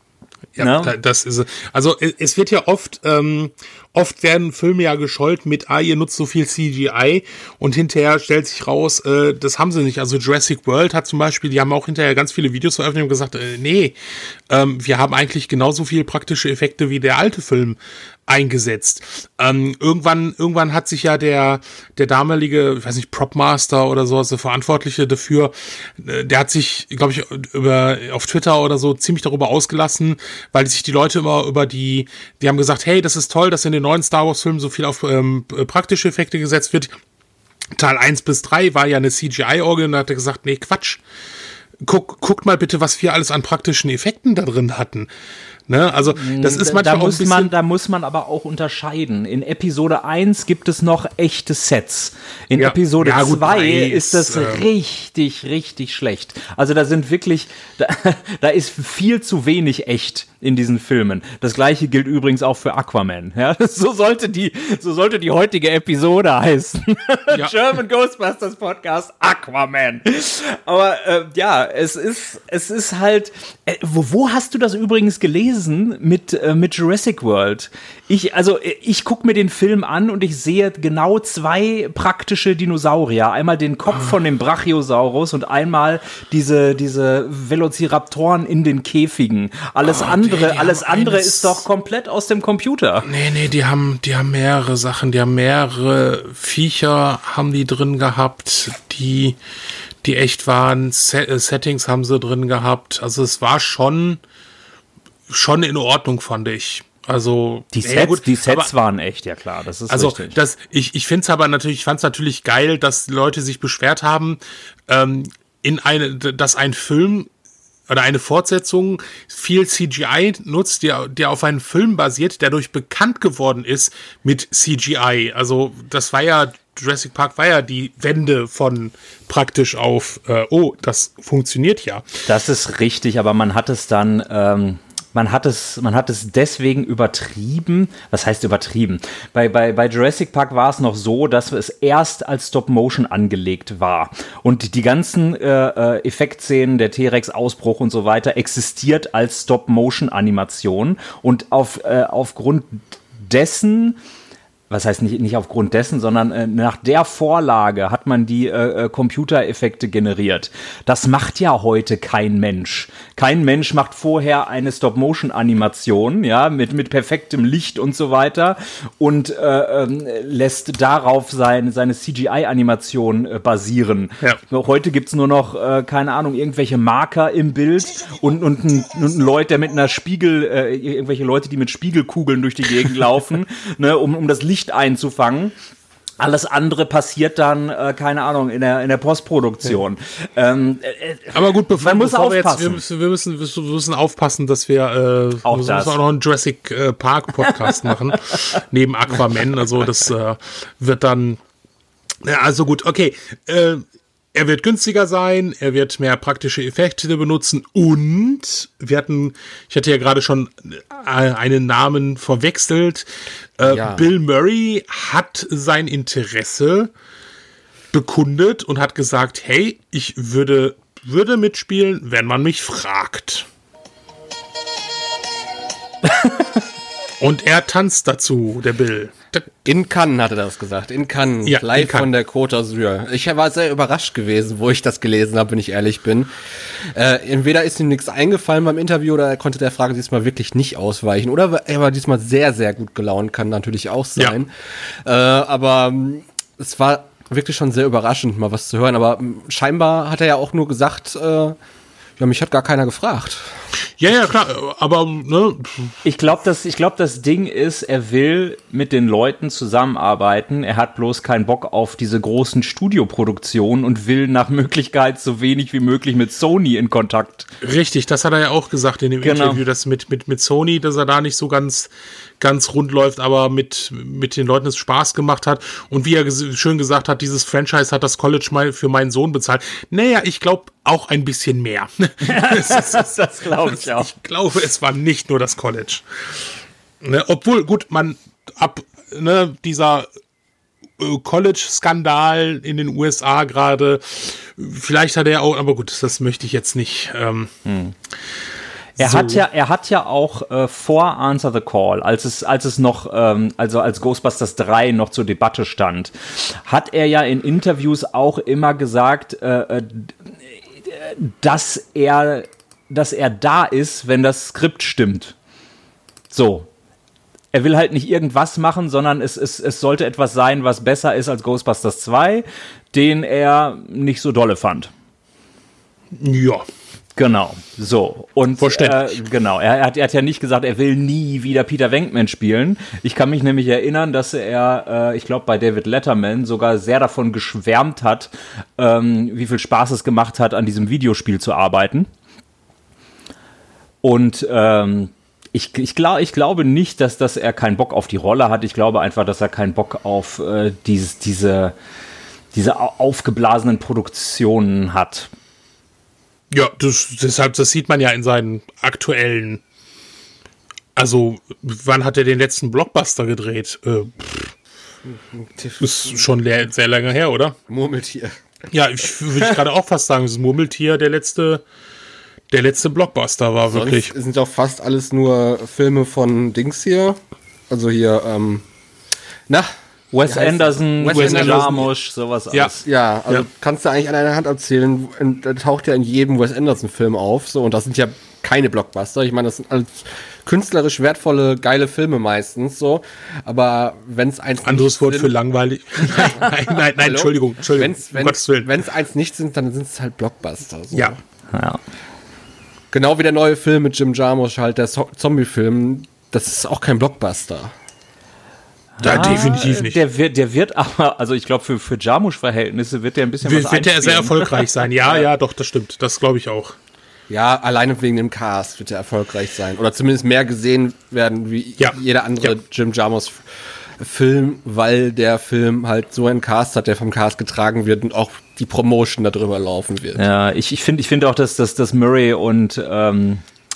Ja, ja, das ist, also es wird ja oft, ähm, oft werden Filme ja geschollt mit, ah, ihr nutzt so viel C G I und hinterher stellt sich raus, äh, das haben sie nicht. Also Jurassic World hat zum Beispiel, die haben auch hinterher ganz viele Videos veröffentlicht und gesagt, äh, nee, ähm, wir haben eigentlich genauso viel praktische Effekte wie der alte Film eingesetzt. Ähm, irgendwann, irgendwann hat sich ja der, der damalige, ich weiß nicht, Propmaster oder so, also Verantwortliche dafür, äh, der hat sich, glaube ich, über, auf Twitter oder so ziemlich darüber ausgelassen, weil sich die Leute immer über die, die haben gesagt, hey, das ist toll, dass in den neuen Star Wars Filmen so viel auf ähm, praktische Effekte gesetzt wird. Teil eins bis drei war ja eine C G I-Orgel und da hat er gesagt, nee, Quatsch. Guck, guckt mal bitte, was wir alles an praktischen Effekten da drin hatten. Ne? Also das ist manchmal da muss auch ein bisschen man, da muss man aber auch unterscheiden. In Episode eins gibt es noch echte Sets. In ja. Episode ja, zwei nice. ist das ähm. richtig, richtig schlecht. Also da sind wirklich, da, da ist viel zu wenig echt in diesen Filmen. Das gleiche gilt übrigens auch für Aquaman. Ja? So sollte die, so sollte die heutige Episode heißen. Ja. German Ghostbusters Podcast Aquaman. Aber äh, ja, es ist, es ist halt. Äh, wo, wo hast du das übrigens gelesen? Mit, äh, mit Jurassic World. Ich, also, ich gucke mir den Film an und ich sehe genau zwei praktische Dinosaurier. Einmal den Kopf von dem Brachiosaurus und einmal diese, diese Velociraptoren in den Käfigen. Alles oh, andere, die, alles andere eines, ist doch komplett aus dem Computer. Nee, nee, die haben, die haben mehrere Sachen, die haben mehrere Viecher haben die drin gehabt, die, die echt waren. Set, Settings haben sie drin gehabt. Also es war schon schon in Ordnung, fand ich. Also die Sets, ja gut, die Sets aber, waren echt, ja klar, das ist also richtig. Das, ich ich finde es aber natürlich, ich fand es natürlich geil, dass Leute sich beschwert haben, ähm, in eine, dass ein Film oder eine Fortsetzung viel C G I nutzt, der, der auf einen Film basiert, der durch bekannt geworden ist mit C G I. Also das war ja, Jurassic Park war ja die Wende von praktisch auf, äh, oh, das funktioniert ja. Das ist richtig, aber man hat es dann, ähm, man hat es, man hat es deswegen übertrieben. Was heißt übertrieben? Bei, bei, bei Jurassic Park war es noch so, dass es erst als Stop-Motion angelegt war. Und die ganzen äh, Effektszenen, der T-Rex-Ausbruch und so weiter, existiert als Stop-Motion-Animation. Und auf, äh, aufgrund dessen, was heißt nicht, nicht aufgrund dessen, sondern äh, nach der Vorlage hat man die äh, Computereffekte generiert. Das macht ja heute kein Mensch. Kein Mensch macht vorher eine Stop-Motion-Animation, ja, mit, mit perfektem Licht und so weiter und äh, ähm, lässt darauf sein, seine C G I-Animation äh, basieren. Ja. Heute gibt's nur noch, äh, keine Ahnung, irgendwelche Marker im Bild und, und, ein, und ein Leute, der mit einer Spiegel, äh, irgendwelche Leute, die mit Spiegelkugeln durch die Gegend laufen, ne, um, um das Licht einzufangen. Alles andere passiert dann, äh, keine Ahnung, in der, in der Postproduktion. Ja. Ähm, äh, Aber gut, bevor, man muss bevor wir aufpassen. jetzt, wir müssen, wir müssen, wir müssen aufpassen, dass wir, äh, auch müssen das. auch noch einen Jurassic äh, Park Podcast machen, neben Aquaman. Also das äh, wird dann, ja, also gut, okay, äh, er wird günstiger sein, er wird mehr praktische Effekte benutzen und wir hatten, ich hatte ja gerade schon einen Namen verwechselt, äh, ja. Bill Murray hat sein Interesse bekundet und hat gesagt, hey, ich würde, würde mitspielen, wenn man mich fragt. Und er tanzt dazu, der Bill. In Cannes hat er das gesagt. In Cannes. Ja, live in Cannes. Von der Côte d'Azur. Ich war sehr überrascht gewesen, wo ich das gelesen habe, wenn ich ehrlich bin. Äh, entweder ist ihm nichts eingefallen beim Interview oder er konnte der Frage diesmal wirklich nicht ausweichen. Oder er war diesmal sehr, sehr gut gelaunt, kann natürlich auch sein. Ja. Äh, aber ähm, es war wirklich schon sehr überraschend, mal was zu hören. Aber ähm, scheinbar hat er ja auch nur gesagt, äh, ja, mich hat gar keiner gefragt. Ja, ja, klar, aber, ne. Ich glaube, das, ich glaub, das Ding ist, er will mit den Leuten zusammenarbeiten. Er hat bloß keinen Bock auf diese großen Studioproduktionen und will nach Möglichkeit so wenig wie möglich mit Sony in Kontakt. Richtig, das hat er ja auch gesagt in dem genau. Interview, dass mit, mit, mit Sony, dass er da nicht so ganz, ganz rund läuft, aber mit, mit den Leuten es Spaß gemacht hat. Und wie er ges- schön gesagt hat, dieses Franchise hat das College mal für meinen Sohn bezahlt. Naja, ich glaube auch ein bisschen mehr. das das glaube ich auch. Ich glaube, es war nicht nur das College. Ne, obwohl, gut, man ab ne, dieser äh, College-Skandal in den U S A gerade, vielleicht hat er auch, aber gut, das möchte ich jetzt nicht. Ähm, hm. Er so. hat ja, er hat ja auch äh, vor Answer the Call, als es, als es noch, ähm, also als Ghostbusters drei noch zur Debatte stand, hat er ja in Interviews auch immer gesagt, äh, dass er, dass er da ist, wenn das Skript stimmt. So. Er will halt nicht irgendwas machen, sondern es, es, es sollte etwas sein, was besser ist als Ghostbusters zwei, den er nicht so dolle fand. Ja. Genau, so. Und äh, genau, er, er, hat, er hat ja nicht gesagt, er will nie wieder Peter Venkman spielen. Ich kann mich nämlich erinnern, dass er, äh, ich glaube, bei David Letterman sogar sehr davon geschwärmt hat, ähm, wie viel Spaß es gemacht hat, an diesem Videospiel zu arbeiten. Und ähm, ich, ich, glaub, ich glaube nicht, dass, dass er keinen Bock auf die Rolle hat. Ich glaube einfach, dass er keinen Bock auf äh, dieses, diese, diese aufgeblasenen Produktionen hat. Ja, das, deshalb, das sieht man ja in seinen aktuellen, also, wann hat er den letzten Blockbuster gedreht? Äh, pff, ist schon le- sehr lange her, oder? Murmeltier. Ja, ich würde ich gerade auch fast sagen, das Murmeltier, der letzte, der letzte Blockbuster war Sonst wirklich. sind doch fast alles nur Filme von Dings hier. Also hier, ähm, na, Wes Anderson, Wes Wes Anderson. Jarmusch, sowas Ja. alles. Ja, also Ja. kannst du eigentlich an einer Hand erzählen, der taucht ja in jedem Wes Anderson-Film auf, so, und das sind ja keine Blockbuster. Ich meine, das sind alles künstlerisch wertvolle, geile Filme meistens, so, aber wenn es eins Anderes nicht Wort sind, für langweilig. nein, nein, nein, nein Entschuldigung, Entschuldigung. Wenn's, um wenn Gottes Willen. es eins nicht sind, dann sind es halt Blockbuster. So. Ja. Ja. Genau wie der neue Film mit Jim Jarmusch, halt der so- Zombie-Film, das ist auch kein Blockbuster. Ja, definitiv nicht. Der wird, der wird aber, also ich glaube, für, für Jarmusch-Verhältnisse wird der ein bisschen Wird, was wird der sehr einspielen. erfolgreich sein. Ja, ja, doch, das stimmt. Das glaube ich auch. Ja, alleine wegen dem Cast wird er erfolgreich sein. Oder zumindest mehr gesehen werden wie Ja. jeder andere Ja. Jim Jarmusch Film, weil der Film halt so einen Cast hat, der vom Cast getragen wird und auch die Promotion darüber laufen wird. Ja, ich, ich finde ich finde auch, dass, dass, dass Murray und ähm,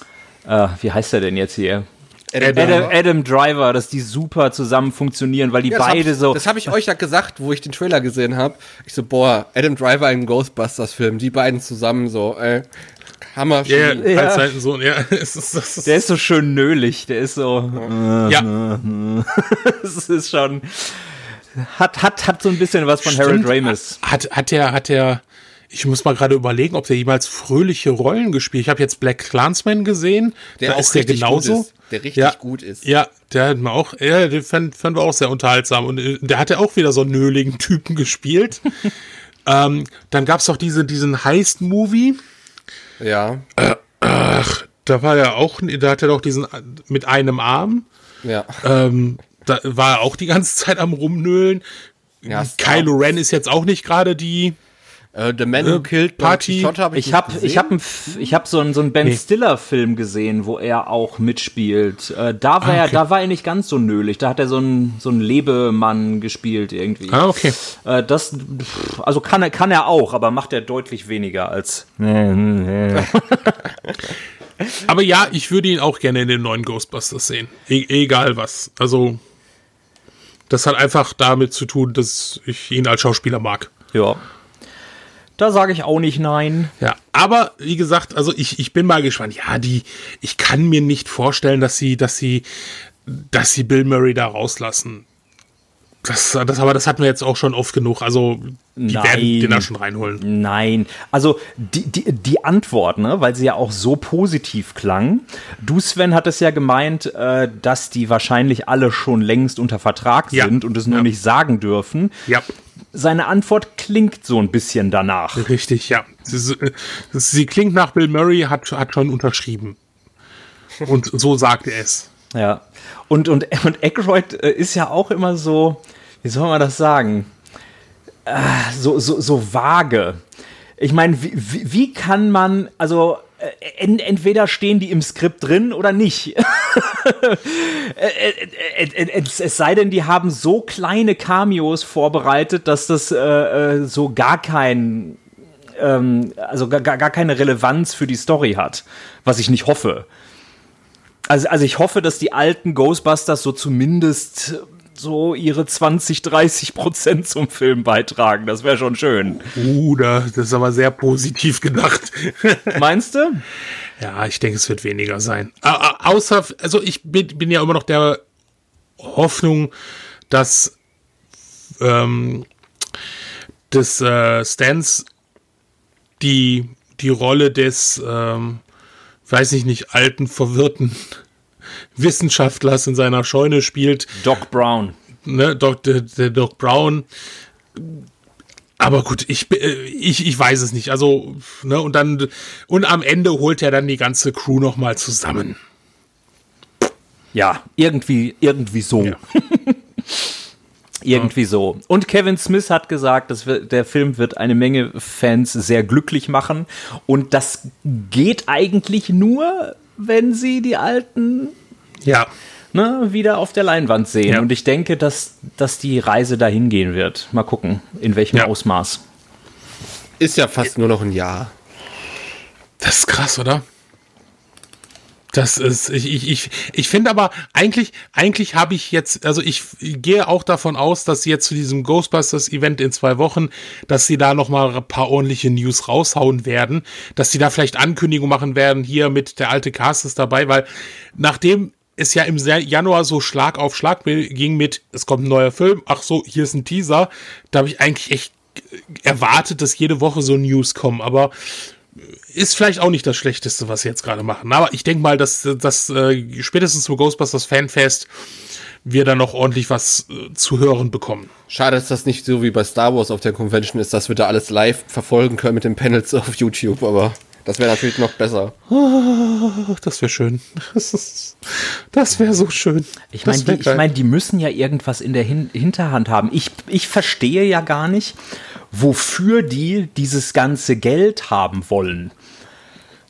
äh, wie heißt er denn jetzt hier? Adam, Adam, Adam Driver, dass die super zusammen funktionieren, weil die Ja, das beide hab, so. Das habe ich euch ja gesagt, wo ich den Trailer gesehen habe. Ich so, boah, Adam Driver in Ghostbusters-Film, die beiden zusammen so, ey, Hammer. Ja, Ja. als sein Sohn, ja. Es ist, das ist, Der ist so schön nölig, der ist so. ja, Es ist schon. Hat, hat, hat so ein bisschen was von Harold stimmt. Ramis. Hat, hat der, hat der, ich muss mal gerade überlegen, ob der jemals fröhliche Rollen gespielt. Ich habe jetzt Black Klansman gesehen, Der da auch ist der richtig genauso. gut ist. Der richtig ja, gut ist. Ja, der hat mir auch, ja, den fanden fand wir auch sehr unterhaltsam. Und äh, der hatte auch wieder so einen nöligen Typen gespielt. ähm, dann gab's doch diese, diesen Heist-Movie. Ja. Ach, da war er auch, da hat er doch diesen mit einem Arm. Ja. Ähm, da war er auch die ganze Zeit am Rumnölen. Ja, Kylo Ren ist jetzt auch nicht gerade die Uh, The Man Who Äh, Killed Party. Don Quixote hab Ich nicht habe gesehen. ich hab, ich hab so einen so einen Ben Nee. Stiller-Film gesehen, wo er auch mitspielt. Äh, da, war Ah, er, okay. da war er nicht ganz so nölig. Da hat er so einen, so einen Lebemann gespielt irgendwie. Ah, okay. Äh, das, also kann er, kann er auch, aber macht er deutlich weniger als. Aber ja, ich würde ihn auch gerne in den neuen Ghostbusters sehen. E egal was. Also, das hat einfach damit zu tun, dass ich ihn als Schauspieler mag. Ja. Da sage ich auch nicht nein. Ja, aber wie gesagt, also ich, ich bin mal gespannt. Ja, die, ich kann mir nicht vorstellen, dass sie, dass sie, dass sie Bill Murray da rauslassen. Das, das, aber das hatten wir jetzt auch schon oft genug. Also, die Nein. werden den da schon reinholen. Nein, also die, die, die Antwort, ne, weil sie ja auch so positiv klang. Du, Sven, hattest ja gemeint, äh, dass die wahrscheinlich alle schon längst unter Vertrag Ja. sind und es nur Ja. nicht sagen dürfen. Ja, Seine Antwort klingt so ein bisschen danach. richtig, ja. Sie, sie klingt nach Bill Murray, hat, hat schon unterschrieben. Und so sagt er es. Ja. Und, und, und Aykroyd äh, ist ja auch immer so, wie soll man das sagen? Äh, so, so, so vage. Ich meine, wie, wie, wie kann man, also äh, en, entweder stehen die im Skript drin oder nicht. es, es sei denn, die haben so kleine Cameos vorbereitet, dass das äh, äh, so gar kein, ähm, also gar, gar keine Relevanz für die Story hat. Was ich nicht hoffe. Also, also ich hoffe, dass die alten Ghostbusters so zumindest so ihre zwanzig, dreißig Prozent zum Film beitragen. Das wäre schon schön. Uh, da, das ist aber sehr positiv gedacht. Meinst du? Ja, ich denke, es wird weniger sein. Au- au- außer, also ich bin, bin ja immer noch der Hoffnung, dass ähm, des äh, Stans die, die Rolle des, ähm, weiß ich nicht, alten, verwirrten Wissenschaftlers in seiner Scheune spielt. Doc Brown. Ne, Doc, der, der Doc Brown. Aber gut, ich, ich, ich weiß es nicht. Also, ne, und dann, und am Ende holt er dann die ganze Crew nochmal zusammen. Ja, irgendwie, irgendwie so. Ja. Irgendwie so. Und Kevin Smith hat gesagt, dass wir, der Film wird eine Menge Fans sehr glücklich machen. Und das geht eigentlich nur, wenn sie die alten Ja. ne, wieder auf der Leinwand sehen. Ja. Und ich denke, dass, dass die Reise dahin gehen wird. Mal gucken, in welchem Ja. Ausmaß. Ist ja fast nur noch ein Jahr. Das ist krass, oder? Das ist, ich, ich, ich, ich finde aber, eigentlich, eigentlich habe ich jetzt, also ich gehe auch davon aus, dass sie jetzt zu diesem Ghostbusters-Event in zwei Wochen, dass sie da nochmal ein paar ordentliche News raushauen werden, dass sie da vielleicht Ankündigungen machen werden, hier mit der alte Cast ist dabei, weil nachdem es ja im Januar so Schlag auf Schlag ging mit, es kommt ein neuer Film, ach so, hier ist ein Teaser, da habe ich eigentlich echt erwartet, dass jede Woche so News kommen, aber ist vielleicht auch nicht das Schlechteste, was sie jetzt gerade machen. Aber ich denke mal, dass, dass äh, spätestens zum Ghostbusters Fanfest wir dann noch ordentlich was äh, zu hören bekommen. Schade, dass das nicht so wie bei Star Wars auf der Convention ist, dass wir da alles live verfolgen können mit den Panels auf YouTube, aber das wäre natürlich noch besser. Oh, das wäre schön. Das, ist- das wäre so schön. Ich meine, Das wär die, ich geil. mein, die müssen ja irgendwas in der Hin- Hinterhand haben. Ich, ich verstehe ja gar nicht, wofür die dieses ganze Geld haben wollen.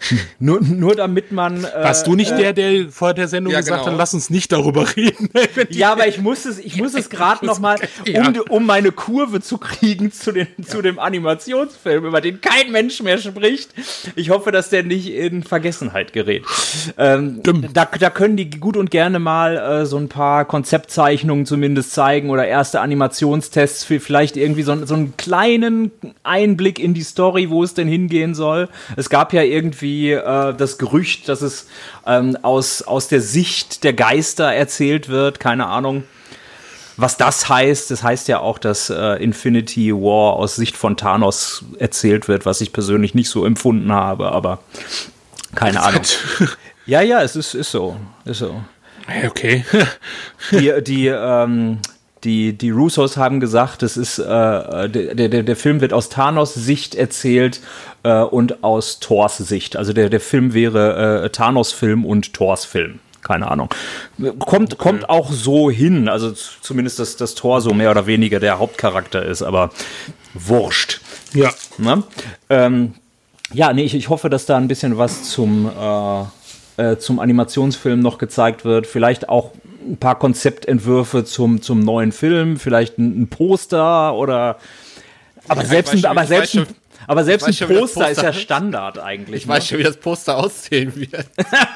Nur, nur damit man. Äh, Warst du nicht äh, der, der vor der Sendung ja, gesagt genau. hat, lass uns nicht darüber reden? Ja, aber ich muss es, ich muss es gerade noch mal, ja. um, um meine Kurve zu kriegen zu, den, ja. zu dem Animationsfilm, über den kein Mensch mehr spricht. Ich hoffe, dass der nicht in Vergessenheit gerät. Ähm, da, da können die gut und gerne mal äh, so ein paar Konzeptzeichnungen zumindest zeigen oder erste Animationstests für vielleicht irgendwie so, so einen kleinen Einblick in die Story, wo es denn hingehen soll. Es gab ja irgendwie äh, das Gerücht, dass es ähm, aus, aus der Sicht der Geister erzählt wird. Keine Ahnung, was das heißt. Das heißt ja auch, dass äh, Infinity War aus Sicht von Thanos erzählt wird, was ich persönlich nicht so empfunden habe, aber keine Ahnung. Ja, ja, es ist, ist so. Ist so. Okay. die, die, ähm, Die, die Russos haben gesagt, das ist, äh, der, der, der Film wird aus Thanos Sicht erzählt äh, und aus Thors Sicht. Also der, der Film wäre äh, Thanos Film und Thors Film. Keine Ahnung. Kommt, okay. kommt auch so hin. Also zumindest, dass das Thor so mehr oder weniger der Hauptcharakter ist, aber wurscht. Ja. Na? Ähm, ja, nee, ich, ich hoffe, dass da ein bisschen was zum, äh, äh, zum Animationsfilm noch gezeigt wird. Vielleicht auch ein paar Konzeptentwürfe zum, zum neuen Film, vielleicht ein, ein Poster oder aber ja, selbst ein, schon, aber selbst ein, aber selbst ein Poster, Poster ist ja Standard eigentlich. Ich ne? weiß schon, wie das Poster aussehen wird.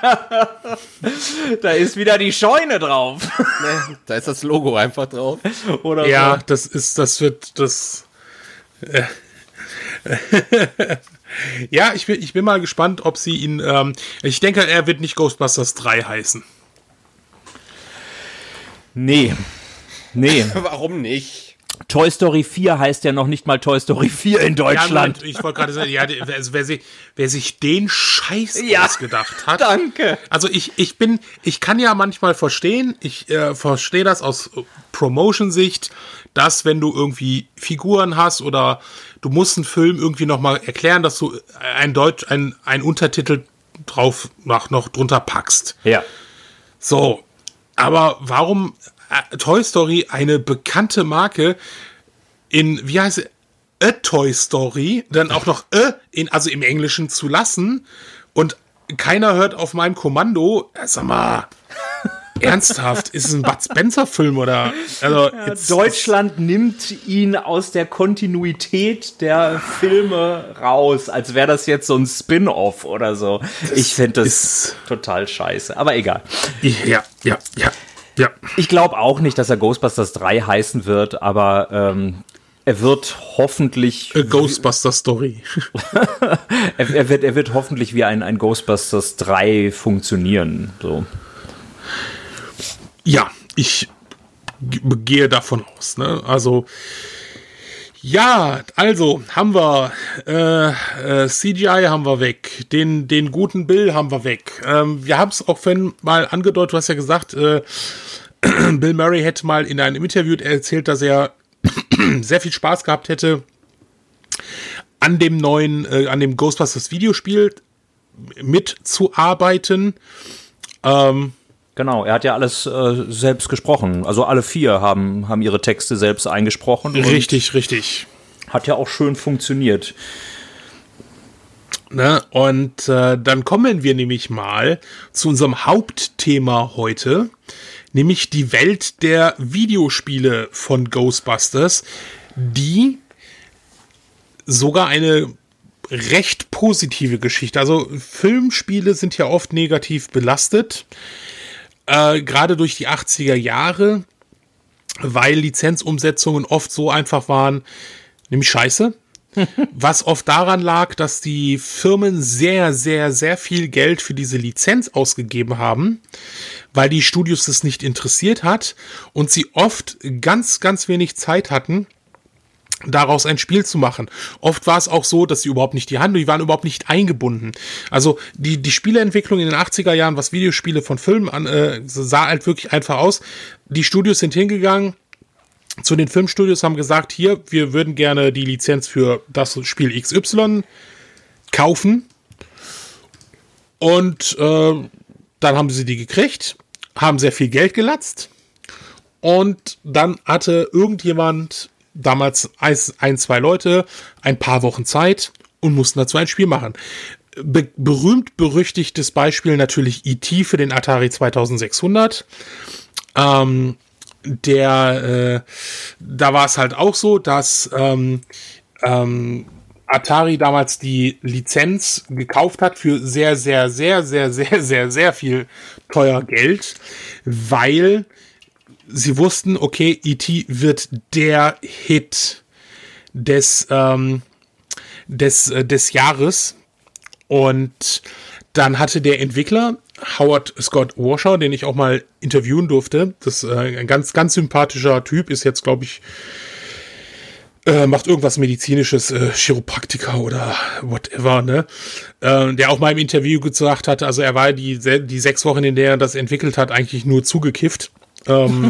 Da ist wieder die Scheune drauf. Nee, da ist das Logo einfach drauf. Oder ja, so. das ist, das wird das. Äh, ja, ich bin, ich bin mal gespannt, ob sie ihn. Ähm, ich denke, er wird nicht Ghostbusters drei heißen. Nee. Nee. Warum nicht? Toy Story vier heißt ja noch nicht mal Toy Story vier in Deutschland. Ja, ich wollte gerade sagen, ja, also wer, sich, wer sich den Scheiß ja, ausgedacht hat. Danke. Also ich, ich bin, ich kann ja manchmal verstehen, ich äh, verstehe das aus Promotion-Sicht, dass wenn du irgendwie Figuren hast oder du musst einen Film irgendwie nochmal erklären, dass du ein Deutsch, ein, ein Untertitel drauf noch, noch drunter packst. Ja. So. Aber warum äh, Toy Story, eine bekannte Marke, in, wie heißt es, A Toy Story, dann auch noch äh, in, also im Englischen zu lassen und keiner hört auf meinem Kommando, sag mal, ernsthaft, ist es ein Bud Spencer-Film oder? Also ja, Deutschland nimmt ihn aus der Kontinuität der Filme raus, als wäre das jetzt so ein Spin-off oder so. Ich finde das ist total scheiße, aber egal. Ja, ja, ja, ja. Ich glaube auch nicht, dass er Ghostbusters drei heißen wird, aber ähm, er wird hoffentlich A Ghostbusters Story. er, er, wird, er wird hoffentlich wie ein, ein Ghostbusters drei funktionieren, so. Ja, ich g- gehe davon aus. Ne? Also, ja, also haben wir äh, äh, C G I haben wir weg, den, den guten Bill haben wir weg. Ähm, wir haben es auch vorhin mal angedeutet, du hast ja gesagt, äh, Bill Murray hätte mal in einem Interview erzählt, dass er sehr viel Spaß gehabt hätte an dem neuen, äh, an dem Ghostbusters Videospiel mitzuarbeiten. Ähm, Genau, er hat ja alles äh, selbst gesprochen. Also alle vier haben, haben ihre Texte selbst eingesprochen. Richtig, richtig. Hat ja auch schön funktioniert. Ne? Und äh, dann kommen wir nämlich mal zu unserem Hauptthema heute, nämlich die Welt der Videospiele von Ghostbusters, die sogar eine recht positive Geschichte. Also Filmspiele sind ja oft negativ belastet. Äh, gerade durch die achtziger Jahre, weil Lizenzumsetzungen oft so einfach waren, nämlich scheiße. Was oft daran lag, dass die Firmen sehr, sehr, sehr viel Geld für diese Lizenz ausgegeben haben, weil die Studios das nicht interessiert hat und sie oft ganz, ganz wenig Zeit hatten, daraus ein Spiel zu machen. Oft war es auch so, dass sie überhaupt nicht die Hand, die waren überhaupt nicht eingebunden. Also die, die Spieleentwicklung in den achtziger Jahren, was Videospiele von Filmen an, äh, sah halt wirklich einfach aus. Die Studios sind hingegangen zu den Filmstudios, haben gesagt, hier, wir würden gerne die Lizenz für das Spiel X Y kaufen. Und äh, dann haben sie die gekriegt, haben sehr viel Geld gelatzt und dann hatte irgendjemand damals ein, zwei Leute, ein paar Wochen Zeit und mussten dazu ein Spiel machen. be- berühmt-berüchtigtes Beispiel natürlich E T für den Atari zweitausendsechshundert. Ähm, der, äh, da war es halt auch so, dass ähm, ähm, Atari damals die Lizenz gekauft hat für sehr, sehr, sehr, sehr, sehr, sehr, sehr viel teuer Geld, weil sie wussten, okay, E T wird der Hit des, ähm, des, äh, des Jahres. Und dann hatte der Entwickler Howard Scott Warshaw, den ich auch mal interviewen durfte, das ist äh, ein ganz, ganz sympathischer Typ, ist jetzt, glaube ich, äh, macht irgendwas Medizinisches, äh, Chiropraktiker oder whatever, ne? Äh, der auch mal im Interview gesagt hatte, also er war die, die sechs Wochen, in der er das entwickelt hat, eigentlich nur zugekifft. Ähm,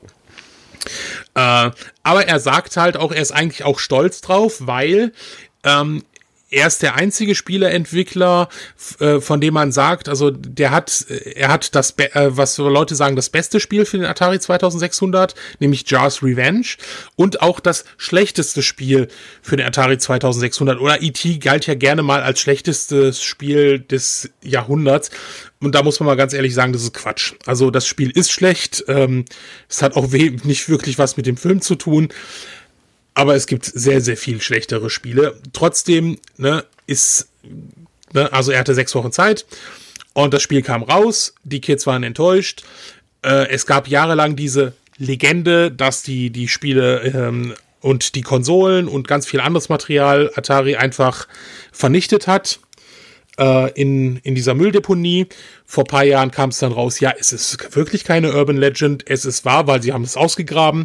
äh, aber er sagt halt auch, er ist eigentlich auch stolz drauf, weil ähm, er ist der einzige Spieleentwickler, äh, von dem man sagt, also der hat, er hat das, Be- äh, was Leute sagen, das beste Spiel für den Atari zweitausendsechshundert, nämlich Jar's Revenge, und auch das schlechteste Spiel für den Atari zweitausendsechshundert. Oder E T galt ja gerne mal als schlechtestes Spiel des Jahrhunderts. Und da muss man mal ganz ehrlich sagen, das ist Quatsch. Also das Spiel ist schlecht. Ähm, es hat auch we- nicht wirklich was mit dem Film zu tun. Aber es gibt sehr, sehr viel schlechtere Spiele. Trotzdem, ne, ist, ne, also er hatte sechs Wochen Zeit und das Spiel kam raus. Die Kids waren enttäuscht. Äh, es gab jahrelang diese Legende, dass die, die Spiele ähm, und die Konsolen und ganz viel anderes Material Atari einfach vernichtet hat äh, in, in dieser Mülldeponie. Vor ein paar Jahren kam es dann raus, ja, es ist wirklich keine Urban Legend. Es ist wahr, weil sie haben es ausgegraben.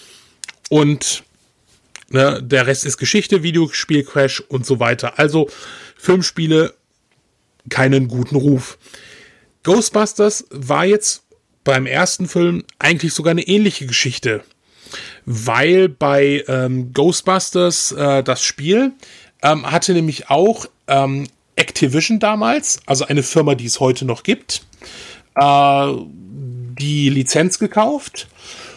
Und ne, der Rest ist Geschichte, Videospiel-Crash und so weiter. Also Filmspiele keinen guten Ruf. Ghostbusters war jetzt beim ersten Film eigentlich sogar eine ähnliche Geschichte, weil bei ähm, Ghostbusters äh, das Spiel ähm, hatte nämlich auch ähm, Activision damals, also eine Firma, die es heute noch gibt, äh, die Lizenz gekauft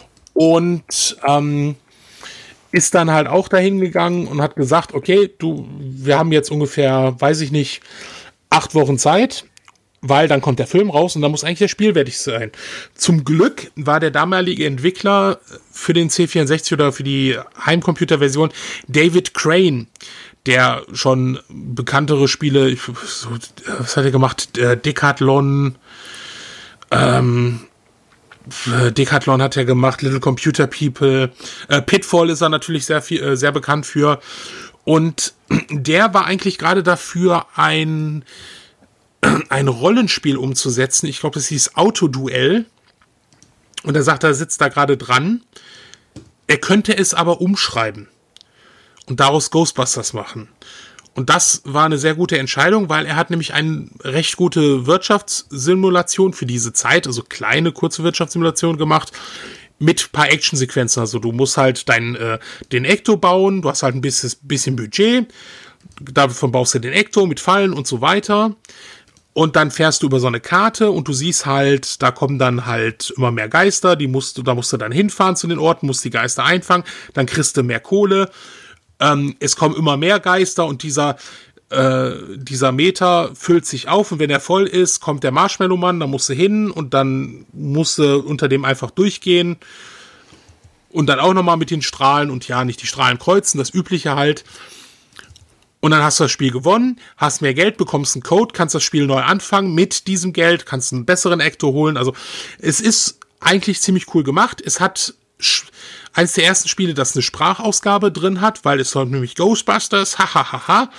und ähm, ist dann halt auch dahin gegangen und hat gesagt, okay, du, wir haben jetzt ungefähr, weiß ich nicht, acht Wochen Zeit, weil dann kommt der Film raus und dann muss eigentlich das Spiel fertig sein. Zum Glück war der damalige Entwickler für den C vierundsechzig oder für die Heimcomputer-Version David Crane, der schon bekanntere Spiele, so, was hat er gemacht? Decathlon, ähm, Decathlon hat er gemacht, Little Computer People, äh, Pitfall ist er natürlich sehr viel, äh, sehr bekannt für. Und der war eigentlich gerade dafür, ein, ein Rollenspiel umzusetzen. Ich glaube, das hieß Autoduell. Und er sagt, er sitzt da gerade dran. Er könnte es aber umschreiben und daraus Ghostbusters machen. Und das war eine sehr gute Entscheidung, weil er hat nämlich eine recht gute Wirtschaftssimulation für diese Zeit, also kleine, kurze Wirtschaftssimulation gemacht, mit ein paar Actionsequenzen. Also du musst halt dein, äh, den Ecto bauen, du hast halt ein bisschen, bisschen Budget, davon baust du den Ecto mit Fallen und so weiter. Und dann fährst du über so eine Karte und du siehst halt, da kommen dann halt immer mehr Geister, die musst du, da musst du dann hinfahren zu den Orten, musst die Geister einfangen, dann kriegst du mehr Kohle. Ähm, es kommen immer mehr Geister und dieser, äh, dieser Meter füllt sich auf und wenn er voll ist, kommt der Marshmallow-Mann, da musst du hin und dann musst du unter dem einfach durchgehen und dann auch nochmal mit den Strahlen und ja, nicht die Strahlen kreuzen, das Übliche halt. Und dann hast du das Spiel gewonnen, hast mehr Geld, bekommst einen Code, kannst das Spiel neu anfangen mit diesem Geld, kannst einen besseren Ecto holen. Also es ist eigentlich ziemlich cool gemacht. Es hat eines der ersten Spiele, das eine Sprachausgabe drin hat, weil es soll nämlich Ghostbusters, hahaha.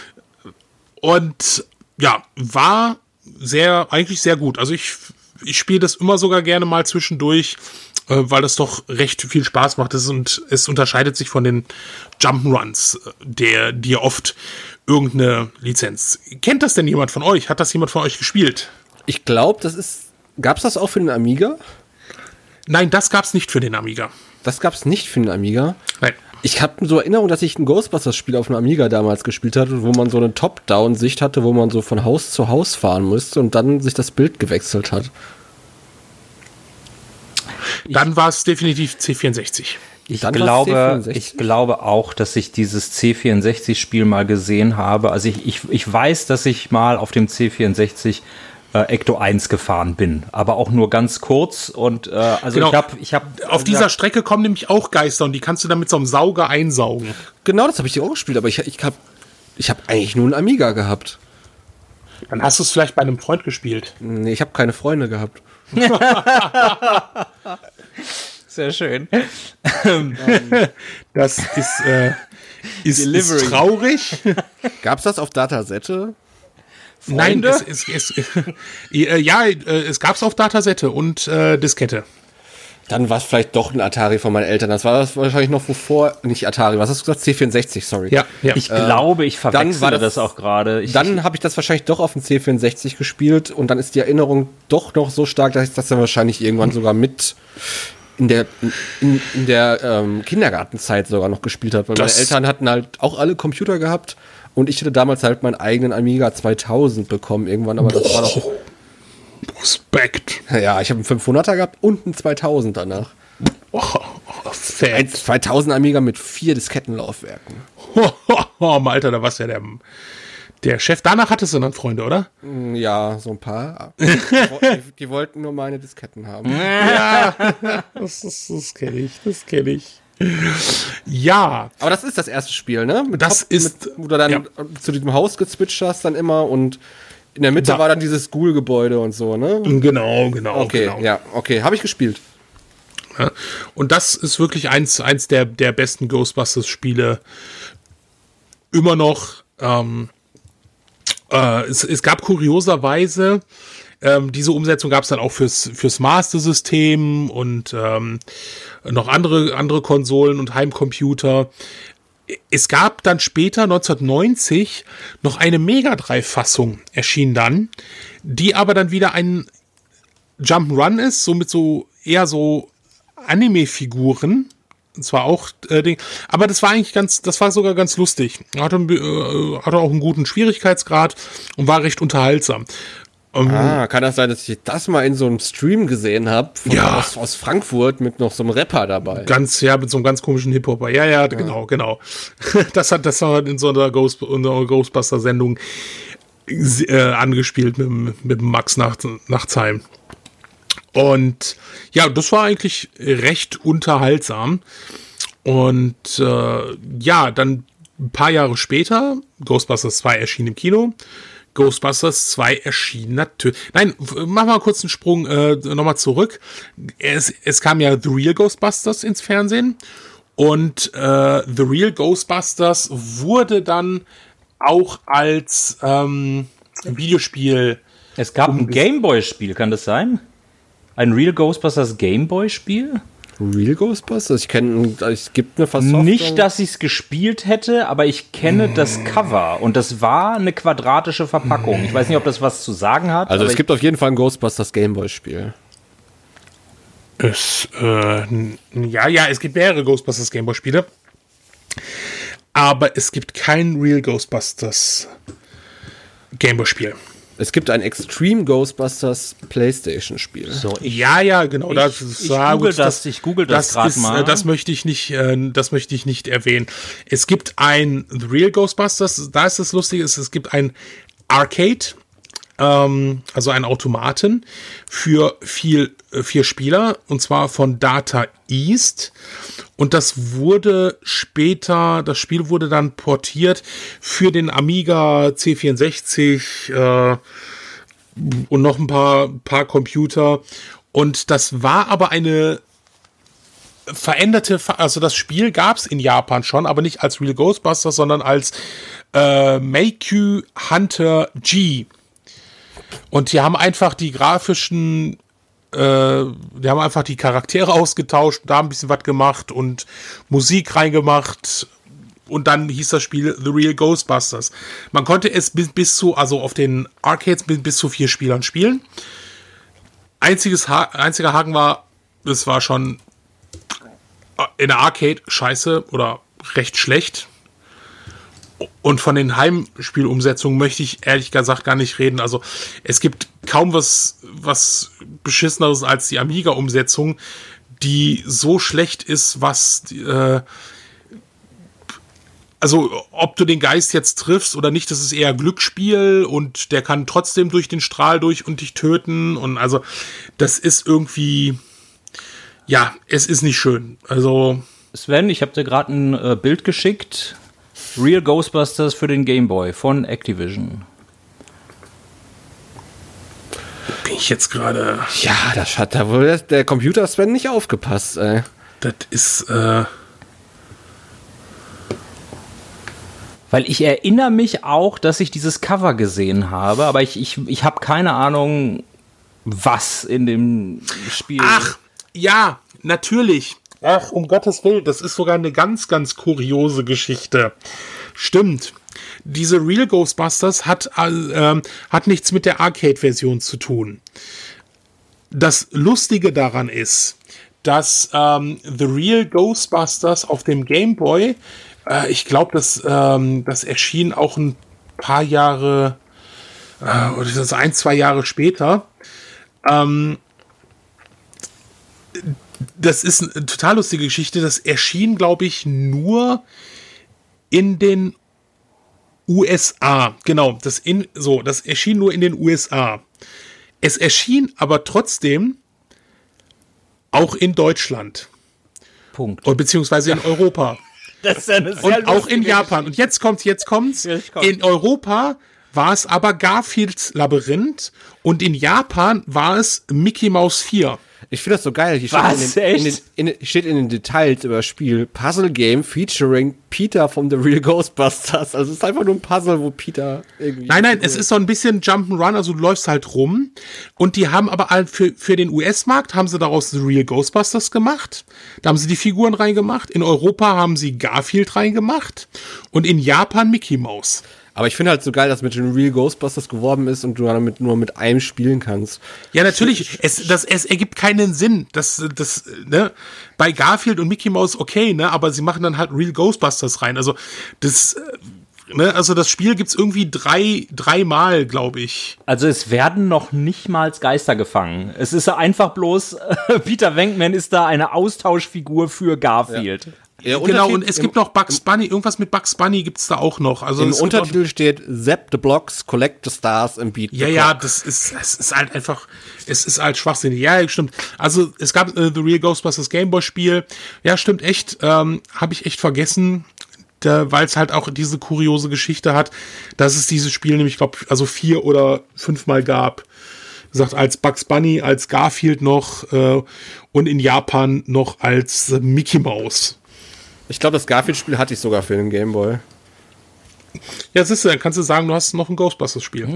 Und ja, war sehr, eigentlich sehr gut. Also ich, ich spiele das immer sogar gerne mal zwischendurch, äh, weil das doch recht viel Spaß macht. Das und es unterscheidet sich von den Jump'n'Runs, der, die oft irgendeine Lizenz. Kennt das denn jemand von euch? Hat das jemand von euch gespielt? Ich glaube, das ist. Gab's das auch für den Amiga? Nein, das gab's nicht für den Amiga. Das gab's nicht für den Amiga? Nein. Ich habe so Erinnerung, dass ich ein Ghostbusters-Spiel auf dem Amiga damals gespielt hatte, wo man so eine Top-Down-Sicht hatte, wo man so von Haus zu Haus fahren musste und dann sich das Bild gewechselt hat. Dann war es definitiv C vierundsechzig. Ich Dann war's glaube, C vierundsechzig? ich glaube auch, dass ich dieses C vierundsechzig-Spiel mal gesehen habe. Also ich, ich, ich weiß, dass ich mal auf dem C vierundsechzig äh, Ecto eins gefahren bin, aber auch nur ganz kurz. Und äh, also Genau. ich habe, ich habe Auf dieser Strecke kommen nämlich auch Geister und die kannst du dann mit so einem Sauger einsaugen. Genau, das habe ich dir auch gespielt, aber ich, ich habe ich hab eigentlich nur einen Amiga gehabt. Dann hast du es vielleicht bei einem Freund gespielt. Nee, ich habe keine Freunde gehabt. sehr schön. Das ist, äh, ist, ist Delivery. traurig. Gab's das auf Datasette? Nein, es, es, es, äh, ja, äh, es gab's auf Datasette und äh, Diskette. Dann war es vielleicht doch ein Atari von meinen Eltern. Das war das wahrscheinlich noch wovor, nicht Atari, was hast du gesagt? C vierundsechzig, sorry. Ja, ja. Ich glaube, ich verwechsel war das- das, auch gerade. Ich- Dann habe ich das wahrscheinlich doch auf dem C vierundsechzig gespielt und dann ist die Erinnerung doch noch so stark, dass ich das dann wahrscheinlich irgendwann sogar mit in der, in, in der ähm, Kindergartenzeit sogar noch gespielt habe. Weil Das- meine Eltern hatten halt auch alle Computer gehabt und ich hatte damals halt meinen eigenen Amiga zweitausend bekommen irgendwann, aber das war doch... Respekt. Ja, ich habe einen fünfhunderter gehabt und einen zweitausend danach. Oh, oh, Ein fett. zweitausend Amiga mit vier Diskettenlaufwerken. Oh, oh, oh, Alter, da warst ja der, der Chef. Danach hattest du dann Freunde, oder? Ja, so ein paar. Die, die, die wollten nur meine Disketten haben. Das, das, das kenne ich, das kenne ich. Ja, Aber das ist das erste Spiel, ne? Mit Das Top- ist- Mit, wo du dann ja. zu diesem Haus gezwitscht hast dann immer und in der Mitte Da- war dann dieses School-Gebäude und so, ne? genau, genau. Okay, genau. ja, okay. Habe ich gespielt. Ja. Und das ist wirklich eins, eins der, der besten Ghostbusters-Spiele immer noch. Ähm, äh, es, es gab kurioserweise, ähm, diese Umsetzung gab es dann auch fürs, fürs Master-System und ähm, noch andere, andere Konsolen und Heimcomputer. Es gab dann später, neunzehnhundertneunzig, noch eine Mega Drive-Fassung, erschien dann, die aber dann wieder ein Jump'n'Run ist, so mit so eher so Anime-Figuren. Und zwar auch äh, Ding, aber das war eigentlich ganz, das war sogar ganz lustig. Hatte, äh, hatte auch einen guten Schwierigkeitsgrad und war recht unterhaltsam. Ähm, Ah, kann das sein, dass ich das mal in so einem Stream gesehen habe? Ja. Aus, aus Frankfurt mit noch so einem Rapper dabei. Ganz, ja, mit so einem ganz komischen Hip-Hopper. Ja, ja, genau, genau. Das hat, das hat in so einer, Ghost, in einer Ghostbuster-Sendung äh, angespielt mit, dem- mit dem Max Nach, Nachtsheim. Und ja, das war eigentlich recht unterhaltsam. Und äh, ja, dann ein paar Jahre später, Ghostbusters zwei erschien im Kino. Ghostbusters zwei erschien natürlich. Nein, f- mach mal kurz einen Sprung äh, nochmal zurück. Es, es kam ja The Real Ghostbusters ins Fernsehen. Und äh, The Real Ghostbusters wurde dann auch als ähm, Videospiel. Es gab ein Gameboy-Spiel, kann das sein? Ein Real Ghostbusters Gameboy-Spiel? Real Ghostbusters? Ich kenne, es gibt eine Versoftung. Nicht, dass ich es gespielt hätte, aber ich kenne das Cover und das war eine quadratische Verpackung. Ich weiß nicht, ob das was zu sagen hat. Also aber es gibt auf jeden Fall ein Ghostbusters Gameboy-Spiel. Es, äh, n- ja, ja, es gibt mehrere Ghostbusters Gameboy-Spiele. Aber es gibt kein Real Ghostbusters Gameboy-Spiel. Es gibt ein Extreme Ghostbusters PlayStation-Spiel. so, ich, Ja, ja, genau. Ich- das, ich ja, google gut, das, ich google das grad ist, mal. äh, Das möchte ich nicht, äh, das möchte ich nicht erwähnen. Es gibt ein The Real Ghostbusters, da ist das Lustige, es, es gibt ein Arcade, ähm, also einen Automaten für vier, äh, vier Spieler, und zwar von Data East. Und das wurde später, das Spiel wurde dann portiert für den Amiga C vierundsechzig, äh, und noch ein paar, paar Computer. Und das war aber eine veränderte, Fa- also das Spiel gab es in Japan schon, aber nicht als Real Ghostbusters, sondern als äh, Meikyu Hunter G. Und die haben einfach die grafischen, äh, die haben einfach die Charaktere ausgetauscht, da ein bisschen was gemacht und Musik reingemacht. Und dann hieß das Spiel The Real Ghostbusters. Man konnte es bis, bis zu, also auf den Arcades bis, bis zu vier Spielern spielen. Einziges ha- einziger Haken war, es war schon in der Arcade scheiße oder recht schlecht. Und von den Heimspielumsetzungen möchte ich ehrlich gesagt gar nicht reden. Also es gibt kaum was, was Beschisseneres als die Amiga-Umsetzung, die so schlecht ist, was äh, also ob du den Geist jetzt triffst oder nicht, das ist eher Glücksspiel und der kann trotzdem durch den Strahl durch und dich töten und also das ist irgendwie, ja, es ist nicht schön. Also Sven, ich habe dir gerade ein äh, Bild geschickt. Real Ghostbusters für den Game Boy von Activision. Bin ich jetzt gerade... Ja, das hat da wohl der Computer Sven nicht aufgepasst, ey. Das ist, äh... Weil ich erinnere mich auch, dass ich dieses Cover gesehen habe, aber ich, ich, ich habe keine Ahnung, was in dem Spiel... Ach, ja, natürlich. Ach, um Gottes Willen, das ist sogar eine ganz, ganz kuriose Geschichte. Stimmt. Diese Real Ghostbusters hat, äh, hat nichts mit der Arcade-Version zu tun. Das Lustige daran ist, dass ähm, The Real Ghostbusters auf dem Game Boy, äh, ich glaube, das, ähm, das erschien auch ein paar Jahre, äh, oder das ein, zwei Jahre später, ähm, das ist eine total lustige Geschichte. Das erschien, glaube ich, nur in den U S A. Genau, das, in, so, das erschien nur in den U S A. Es erschien aber trotzdem auch in Deutschland. Punkt. Oder beziehungsweise in Europa. Das ist eine sehr Und auch in lustige Japan. Und jetzt kommt's, jetzt kommt's. Jetzt kommt's. In Europa war es aber Garfields Labyrinth und in Japan war es Mickey Mouse vier. Ich finde das so geil. Hier steht, Was? in den, in Echt? den, in, steht in den Details über das Spiel Puzzle Game featuring Peter from the Real Ghostbusters. Also es ist einfach nur ein Puzzle, wo Peter irgendwie... Nein, nein, es ist so ein bisschen Jump'n'Run, also du läufst halt rum. Und die haben aber all- für, für den U S-Markt haben sie daraus The Real Ghostbusters gemacht. Da haben sie die Figuren reingemacht. In Europa haben sie Garfield reingemacht. Und in Japan Mickey Mouse. Aber ich finde halt so geil, dass mit den Real Ghostbusters geworben ist und du damit nur mit einem spielen kannst. Ja, natürlich. Es, das, es ergibt keinen Sinn. Das, das, ne? Bei Garfield und Mickey Mouse okay, ne? Aber sie machen dann halt Real Ghostbusters rein. Also das, ne? Also das Spiel gibt's irgendwie drei, dreimal, glaube ich. Also es werden noch nicht mal Geister gefangen. Es ist einfach bloß, Peter Venkman ist da eine Austauschfigur für Garfield. Der Genau, Untertitel- und es im- gibt noch Bugs Bunny, irgendwas mit Bugs Bunny gibt's da auch noch. Also Im es gibt Untertitel steht Zap the Blocks, Collect the Stars and Beat the Ja, ja, Clock. das ist, es ist halt einfach, es ist halt schwachsinnig. Ja, stimmt. Also es gab äh, The Real Ghostbusters Gameboy-Spiel. Ja, stimmt, echt. Ähm, habe ich echt vergessen, weil es halt auch diese kuriose Geschichte hat, dass es dieses Spiel nämlich, glaube also vier oder fünfmal gab. Wie gesagt, als Bugs Bunny, als Garfield noch äh, und in Japan noch als äh, Mickey Mouse. Ich glaube, das Garfield-Spiel hatte ich sogar für den Gameboy. Ja, siehst du, dann kannst du sagen, du hast noch ein Ghostbusters-Spiel.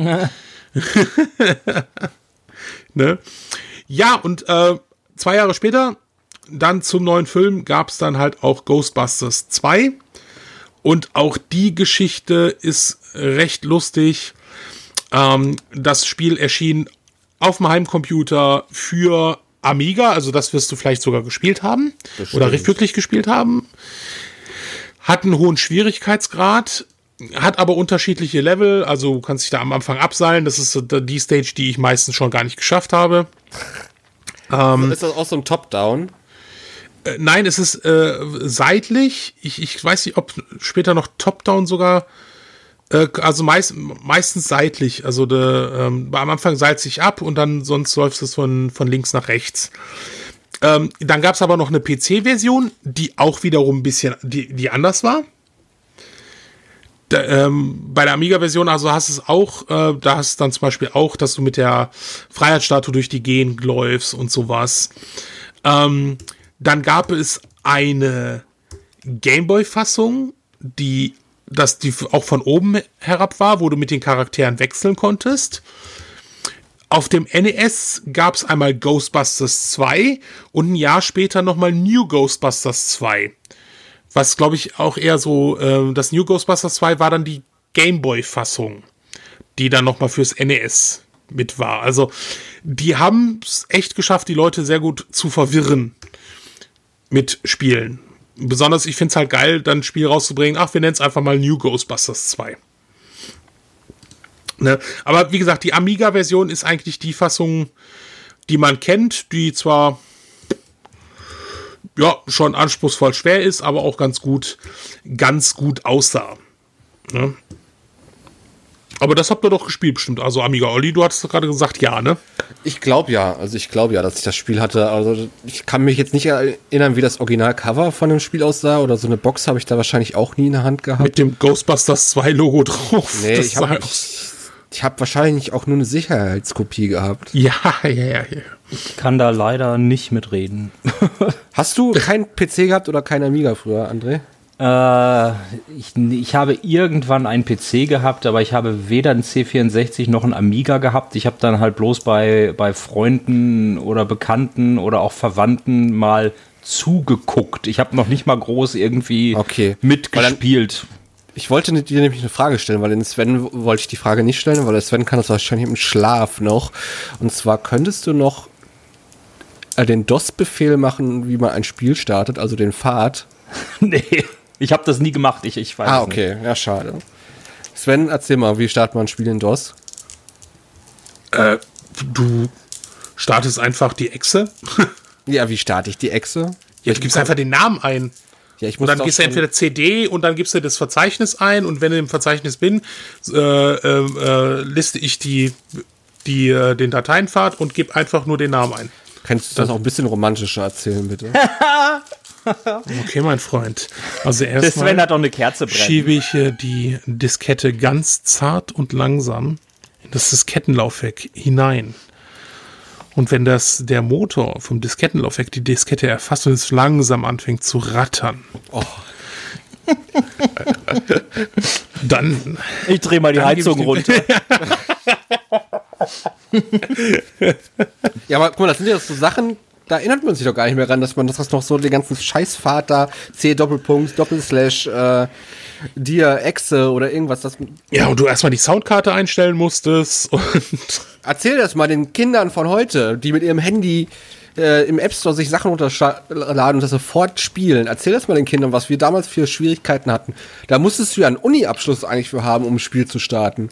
Ne? Ja, und äh, zwei Jahre später, dann zum neuen Film, gab es dann halt auch Ghostbusters zwei. Und auch die Geschichte ist recht lustig. Ähm, das Spiel erschien auf dem Heimcomputer für Amiga, also das wirst du vielleicht sogar gespielt haben. Oder wirklich gespielt haben. Hat einen hohen Schwierigkeitsgrad, hat aber unterschiedliche Level, also du kannst dich da am Anfang abseilen. Das ist so die Stage, die ich meistens schon gar nicht geschafft habe. Ähm, ist das auch so ein Top-Down? Äh, nein, es ist äh, seitlich. Ich, ich weiß nicht, ob später noch Top-Down sogar. Äh, also meist, meistens seitlich. Also de, ähm, am Anfang seilt sich ab und dann sonst läuft es von, von links nach rechts. Ähm, dann gab es aber noch eine P C-Version, die auch wiederum ein bisschen, die, die anders war. Da, ähm, bei der Amiga-Version, also hast du es auch, äh, da hast du dann zum Beispiel auch, dass du mit der Freiheitsstatue durch die Gegend läufst und sowas. Ähm, dann gab es eine Gameboy-Fassung, die, dass die auch von oben herab war, wo du mit den Charakteren wechseln konntest. Auf dem N E S gab es einmal Ghostbusters zwei und ein Jahr später nochmal New Ghostbusters zwei. Was, glaube ich, auch eher so, äh, das New Ghostbusters zwei war dann die Gameboy-Fassung, die dann nochmal fürs N E S mit war. Also, die haben es echt geschafft, die Leute sehr gut zu verwirren mit Spielen. Besonders, ich finde es halt geil, dann ein Spiel rauszubringen, ach, wir nennen es einfach mal New Ghostbusters zwei. Ne? Aber wie gesagt, die Amiga-Version ist eigentlich die Fassung, die man kennt, die zwar ja, schon anspruchsvoll schwer ist, aber auch ganz gut, ganz gut aussah. Ne? Aber das habt ihr doch gespielt bestimmt. Also Amiga Olli, du hattest doch gerade gesagt, ja, ne? Ich glaube ja, also ich glaube ja, dass ich das Spiel hatte. Also ich kann mich jetzt nicht erinnern, wie das Originalcover von dem Spiel aussah, oder so eine Box habe ich da wahrscheinlich auch nie in der Hand gehabt. Mit dem Ghostbusters zwei Logo drauf. Nee, das ich habe ich, ich hab wahrscheinlich auch nur eine Sicherheitskopie gehabt. Ja, ja, ja, ja. Ich kann da leider nicht mitreden. Hast du keinen P C gehabt oder kein Amiga früher, André? Äh, ich, ich habe irgendwann einen P C gehabt, aber ich habe weder einen C vierundsechzig noch einen Amiga gehabt. Ich habe dann halt bloß bei, bei Freunden oder Bekannten oder auch Verwandten mal zugeguckt. Ich habe noch nicht mal groß irgendwie okay. mitgespielt. Ich wollte dir nämlich eine Frage stellen, weil den Sven wollte ich die Frage nicht stellen, weil der Sven kann das wahrscheinlich im Schlaf noch. Und zwar könntest du noch äh, den DOS-Befehl machen, wie man ein Spiel startet, also den Pfad. Nee. Ich habe das nie gemacht, ich, ich weiß ah, es nicht. okay, ja, schade. Sven, erzähl mal, wie startet man ein Spiel in DOS? Äh, du startest einfach die Echse. Ja, wie starte ich die Echse? Ja, du gibst einfach den Namen ein. Ja, ich und muss dann gibst du entweder C D und dann gibst du das Verzeichnis ein und wenn du im Verzeichnis bin, äh, äh, äh, liste ich die, die, äh, den Dateienpfad und gebe einfach nur den Namen ein. Kannst du das auch ein bisschen romantischer erzählen, bitte? Okay, mein Freund. Also Der Sven erstmal hat doch eine Kerze brennen. schiebe ich äh, die Diskette ganz zart und langsam in das Diskettenlaufwerk hinein. Und wenn das der Motor vom Diskettenlaufwerk die Diskette erfasst und es langsam anfängt zu rattern, Oh. dann... Ich drehe mal die dann Heizung gebe ich runter. Ja, aber guck mal, das sind ja so Sachen, da erinnert man sich doch gar nicht mehr ran, dass man das noch so, den ganzen Scheißpfad da, C Doppelpunkt, Doppelslash, äh, Dir, Exe oder irgendwas. Das Ja, und du erstmal die Soundkarte einstellen musstest und... Erzähl das mal den Kindern von heute, die mit ihrem Handy äh, im App Store sich Sachen runterladen und das sofort spielen. Erzähl das mal den Kindern, was wir damals für Schwierigkeiten hatten. Da musstest du ja einen Uni-Abschluss eigentlich für haben, um ein Spiel zu starten.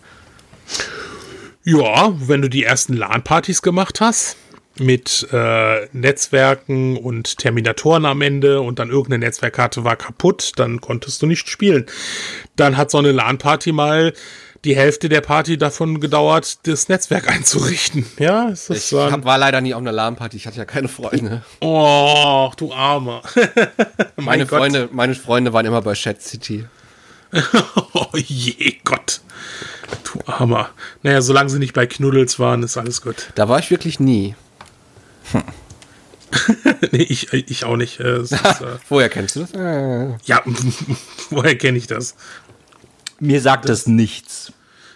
Ja, wenn du die ersten LAN-Partys gemacht hast, mit äh, Netzwerken und Terminatoren am Ende und dann irgendeine Netzwerkkarte war kaputt, dann konntest du nicht spielen. Dann hat so eine LAN-Party mal die Hälfte der Party davon gedauert, das Netzwerk einzurichten. Ja, ist das Ich so. hab, war leider nie auf einer LAN-Party, ich hatte ja keine Freunde. Oh, du Armer. meine, Gott. Freunde, meine Freunde waren immer bei Chat City. Oh je, Gott. Du Armer. Naja, solange sie nicht bei Knuddels waren, ist alles gut. Da war ich wirklich nie. Hm. Nee, ich, ich auch nicht. Es ist, äh, Woher kennst du das? Äh. ja, woher kenne ich das? Mir sagt das nichts.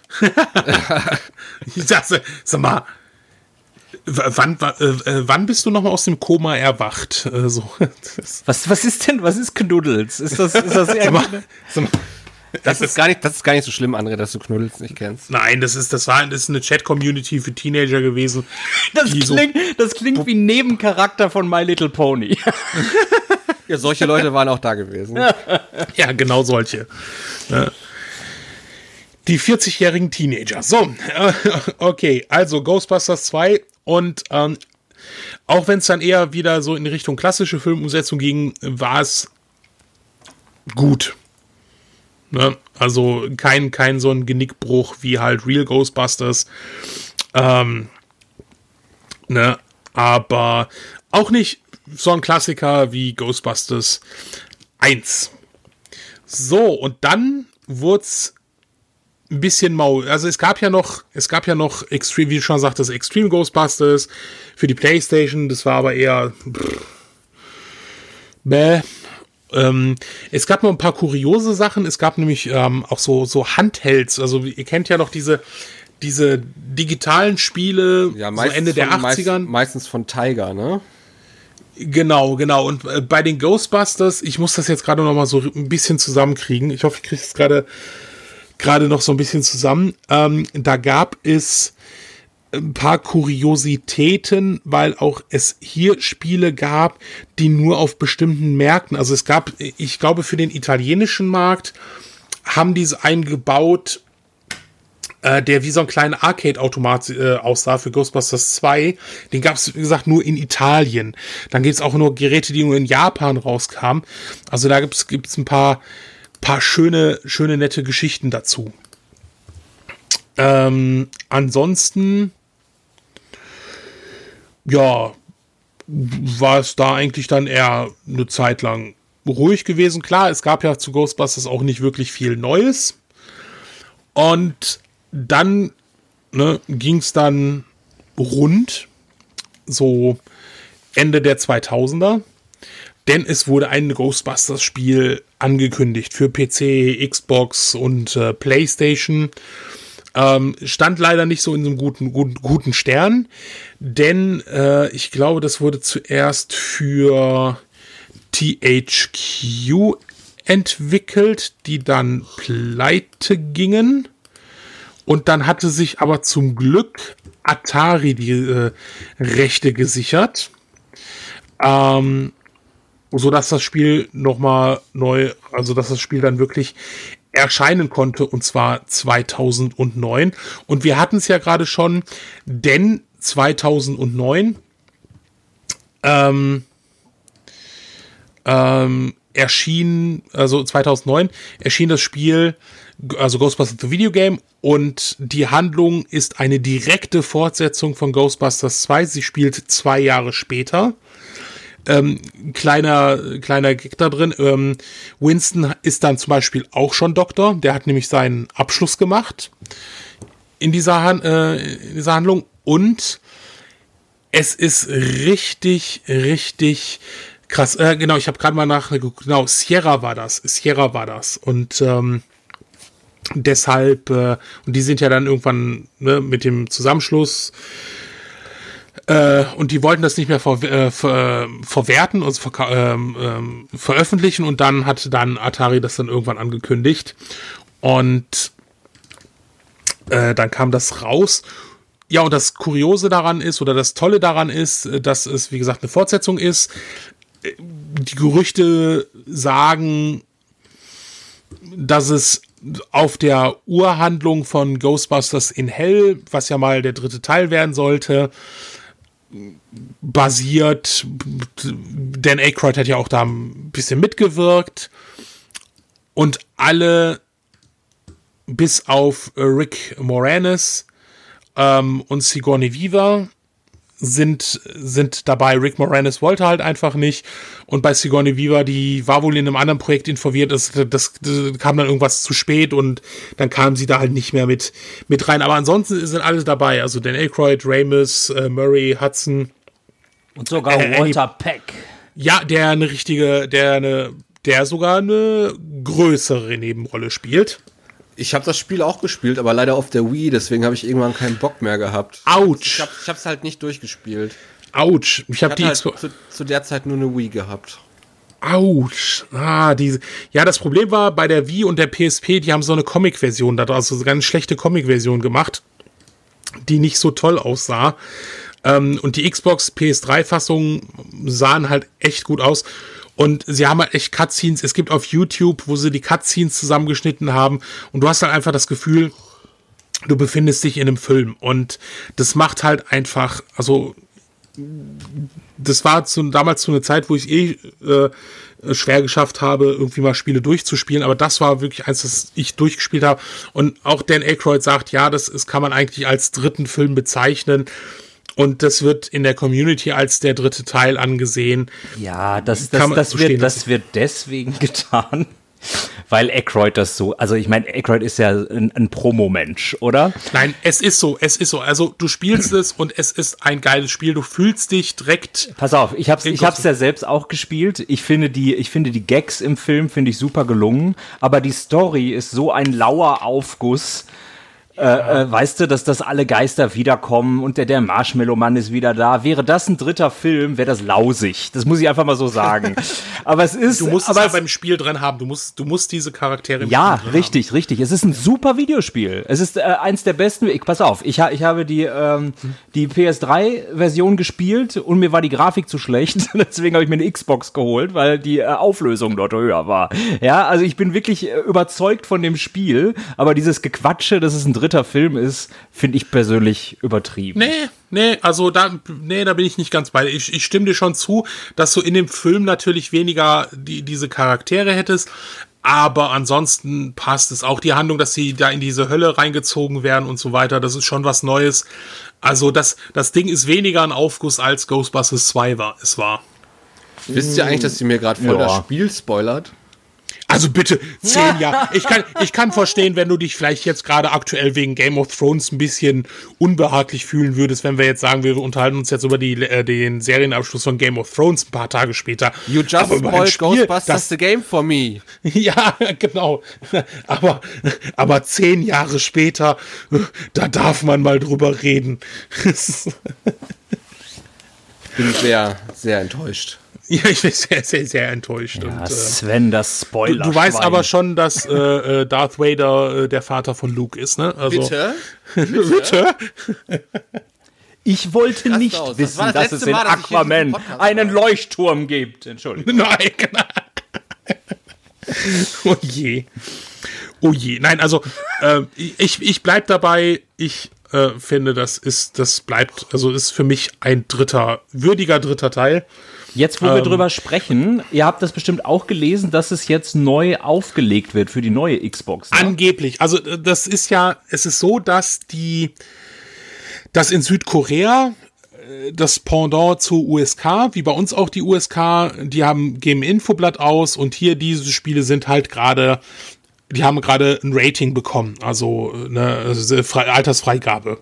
Ich sag, sag mal, w- wann, w- äh, wann bist du nochmal aus dem Koma erwacht? Äh, so. Das, Was, was ist denn, was ist Knuddels? Ist das, ist das sag mal, sag mal, Das ist gar nicht, das ist gar nicht so schlimm, André, dass du Knuddels nicht kennst. nein, das ist, das war, das ist eine Chat-Community für Teenager gewesen. Das die so- klingt, das klingt wie ein Nebencharakter von My Little Pony. Ja, solche Leute waren auch da gewesen. Ja, genau solche. Ja. Die vierzigjährigen Teenager. So, äh, okay, also Ghostbusters zwei und ähm, auch wenn es dann eher wieder so in Richtung klassische Filmumsetzung ging, war es gut. Ne? Also kein, kein so ein Genickbruch wie halt Real Ghostbusters. Ähm, ne? Aber auch nicht so ein Klassiker wie Ghostbusters eins. So, und dann wurde es ein bisschen mau. Also es gab ja noch, es gab ja noch Extreme, wie du schon sagtest, Extreme Ghostbusters für die PlayStation. Das war aber eher pff, bäh. Ähm, es gab noch ein paar kuriose Sachen. Es gab nämlich ähm, auch so, so Handhelds. Also ihr kennt ja noch diese, diese digitalen Spiele, Ja, so Ende der von, achtzigern. Meist, meistens von Tiger, ne? Genau, genau. Und äh, bei den Ghostbusters, ich muss das jetzt gerade noch mal so ein bisschen zusammenkriegen. Ich hoffe, ich kriege es gerade gerade noch so ein bisschen zusammen. Ähm, da gab es ein paar Kuriositäten, weil auch es hier Spiele gab, die nur auf bestimmten Märkten, also es gab, ich glaube, für den italienischen Markt haben diese eingebaut, äh, der wie so ein kleiner Arcade-Automat äh, aussah für Ghostbusters zwei. Den gab es, wie gesagt, nur in Italien. Dann gibt es auch nur Geräte, die nur in Japan rauskamen. Also da gibt es ein paar, paar schöne, schöne, nette Geschichten dazu. Ähm, ansonsten, ja, war es da eigentlich dann eher eine Zeit lang ruhig gewesen. Klar, es gab ja zu Ghostbusters auch nicht wirklich viel Neues. Und dann ne, ging es dann rund, so Ende der zweitausender. Denn es wurde ein Ghostbusters-Spiel angekündigt für P C, Xbox und äh, PlayStation. Ähm, stand leider nicht so in so einem guten, guten, guten Stern, denn äh, ich glaube, das wurde zuerst für T H Q entwickelt, die dann pleite gingen. Und dann hatte sich aber zum Glück Atari die äh, Rechte gesichert, ähm, sodass das Spiel nochmal neu, also dass das Spiel dann wirklich erscheinen konnte, und zwar zweitausendneun. Und wir hatten es ja gerade schon, denn zweitausendneun ähm, ähm, erschien, also zweitausendneun erschien das Spiel, also Ghostbusters The Video Game, und die Handlung ist eine direkte Fortsetzung von Ghostbusters zwei. Sie spielt zwei Jahre später. Ähm, kleiner, kleiner Gag da drin. Ähm, Winston ist dann zum Beispiel auch schon Doktor. Der hat nämlich seinen Abschluss gemacht in dieser, Han- äh, in dieser Handlung. Und es ist richtig, richtig krass. Äh, genau, ich habe gerade mal nachgeguckt. Genau, Sierra war das. Sierra war das. Und ähm, deshalb, äh, und die sind ja dann irgendwann ne, mit dem Zusammenschluss. Äh, und die wollten das nicht mehr ver- äh, ver- verwerten und ver- ähm, ähm, veröffentlichen, und dann hat dann Atari das dann irgendwann angekündigt, und äh, dann kam das raus. Ja, und das Kuriose daran ist, oder das Tolle daran ist, dass es, wie gesagt, eine Fortsetzung ist. Die Gerüchte sagen, dass es auf der Urhandlung von Ghostbusters in Hell, was ja mal der dritte Teil werden sollte, basiert. Dan Aykroyd hat ja auch da ein bisschen mitgewirkt, und alle bis auf Rick Moranis ähm, und Sigourney Weaver sind, sind dabei. Rick Moranis wollte halt einfach nicht, und bei Sigourney Weaver, die war wohl in einem anderen Projekt involviert, das, das, das kam dann irgendwas zu spät, und dann kam sie da halt nicht mehr mit, mit rein. Aber ansonsten sind alle dabei, also Dan Aykroyd, Ramis, äh, Murray, Hudson. Und sogar äh, Walter Peck. Ja, der eine richtige, der eine, der sogar eine größere Nebenrolle spielt. Ich habe das Spiel auch gespielt, aber leider auf der Wii, deswegen habe ich irgendwann keinen Bock mehr gehabt. Autsch. Ich habe es halt nicht durchgespielt. Autsch. Ich habe die halt Xbox zu, zu der Zeit nur eine Wii gehabt. Autsch. Ah, diese. Ja, das Problem war bei der Wii und der P S P, die haben so eine Comic-Version, also so eine ganz schlechte Comic-Version gemacht, die nicht so toll aussah. Ähm, und die Xbox P S drei Fassungen sahen halt echt gut aus. Und sie haben halt echt Cutscenes. Es gibt auf YouTube, wo sie die Cutscenes zusammengeschnitten haben. Und du hast halt einfach das Gefühl, du befindest dich in einem Film. Und das macht halt einfach, also das war zu, damals zu einer Zeit, wo ich eh äh, schwer geschafft habe, irgendwie mal Spiele durchzuspielen. Aber das war wirklich eins, das ich durchgespielt habe. Und auch Dan Aykroyd sagt, ja, das ist, kann man eigentlich als dritten Film bezeichnen. Und das wird in der Community als der dritte Teil angesehen. Ja, das, das, das, das, wird, das wird deswegen getan, weil Aykroyd das so, also ich meine, Aykroyd ist ja ein, ein Promo-Mensch, oder? Nein, es ist so, es ist so. Also du spielst es und es ist ein geiles Spiel. Du fühlst dich direkt. Pass auf, ich hab's, ich hab's ja selbst auch gespielt. Ich finde die, ich finde die Gags im Film finde ich super gelungen, aber die Story ist so ein lauer Aufguss. Äh, äh, weißt du, dass das alle Geister wiederkommen und der, der Marshmallow-Mann ist wieder da. Wäre das ein dritter Film, wäre das lausig. Das muss ich einfach mal so sagen. Aber es ist... Du musst aber es ja es, beim Spiel drin haben. Du musst, du musst diese Charaktere im ja, Spiel drin richtig, haben. richtig. Es ist ein super Videospiel. Es ist äh, eins der besten... Ich, pass auf, ich, ha, ich habe die, ähm, die P S drei Version gespielt und mir war die Grafik zu schlecht. Deswegen habe ich mir eine Xbox geholt, weil die äh, Auflösung dort höher war. Ja, also ich bin wirklich äh, überzeugt von dem Spiel, aber dieses Gequatsche, dass es ein dritter Film ist, finde ich persönlich übertrieben. Nee, nee, also da, nee, da bin ich nicht ganz bei. Ich, ich stimme dir schon zu, dass du in dem Film natürlich weniger die, diese Charaktere hättest, aber ansonsten passt es auch. Die Handlung, dass sie da in diese Hölle reingezogen werden und so weiter, das ist schon was Neues. Also das, das Ding ist weniger ein Aufguss, als Ghostbusters zwei war. Es war. Wisst ihr eigentlich, dass sie mir gerade voll Ja. das Spiel spoilert? Also bitte, zehn Jahre. Ich kann, ich kann verstehen, wenn du dich vielleicht jetzt gerade aktuell wegen Game of Thrones ein bisschen unbehaglich fühlen würdest, wenn wir jetzt sagen, wir unterhalten uns jetzt über die, äh, den Serienabschluss von Game of Thrones ein paar Tage später. You just Aber über ein spoiled Spiel, Ghostbusters das- the game for me. Ja, genau. Aber, aber zehn Jahre später, da darf man mal drüber reden. Bin sehr, sehr enttäuscht. Ja, ich bin sehr, sehr, sehr enttäuscht. Ja, und, äh, Sven, das du, Spoiler. du weißt aber schon, dass äh, äh, Darth Vader äh, der Vater von Luke ist, ne? Also, Bitte? Bitte? Ich wollte Raste nicht aus. Das wissen, war das dass es letzte in Mal, dass ich hier Aquaman diesen Podcast einen mache. Leuchtturm gibt. Entschuldigung. Nein. Oh je. Oh je. Nein, also äh, ich, ich bleib dabei. Ich äh, finde, das ist, das bleibt, also ist für mich ein dritter, würdiger dritter Teil. Jetzt, wo wir drüber sprechen, ihr habt das bestimmt auch gelesen, dass es jetzt neu aufgelegt wird für die neue Xbox. Ne? Angeblich. Also äh, das ist ja, es ist so, dass die, dass in Südkorea äh, das Pendant zu U S K, wie bei uns auch die U S K, die haben, geben Infoblatt aus und hier diese Spiele sind halt gerade, die haben gerade ein Rating bekommen, also eine Fre- Altersfreigabe.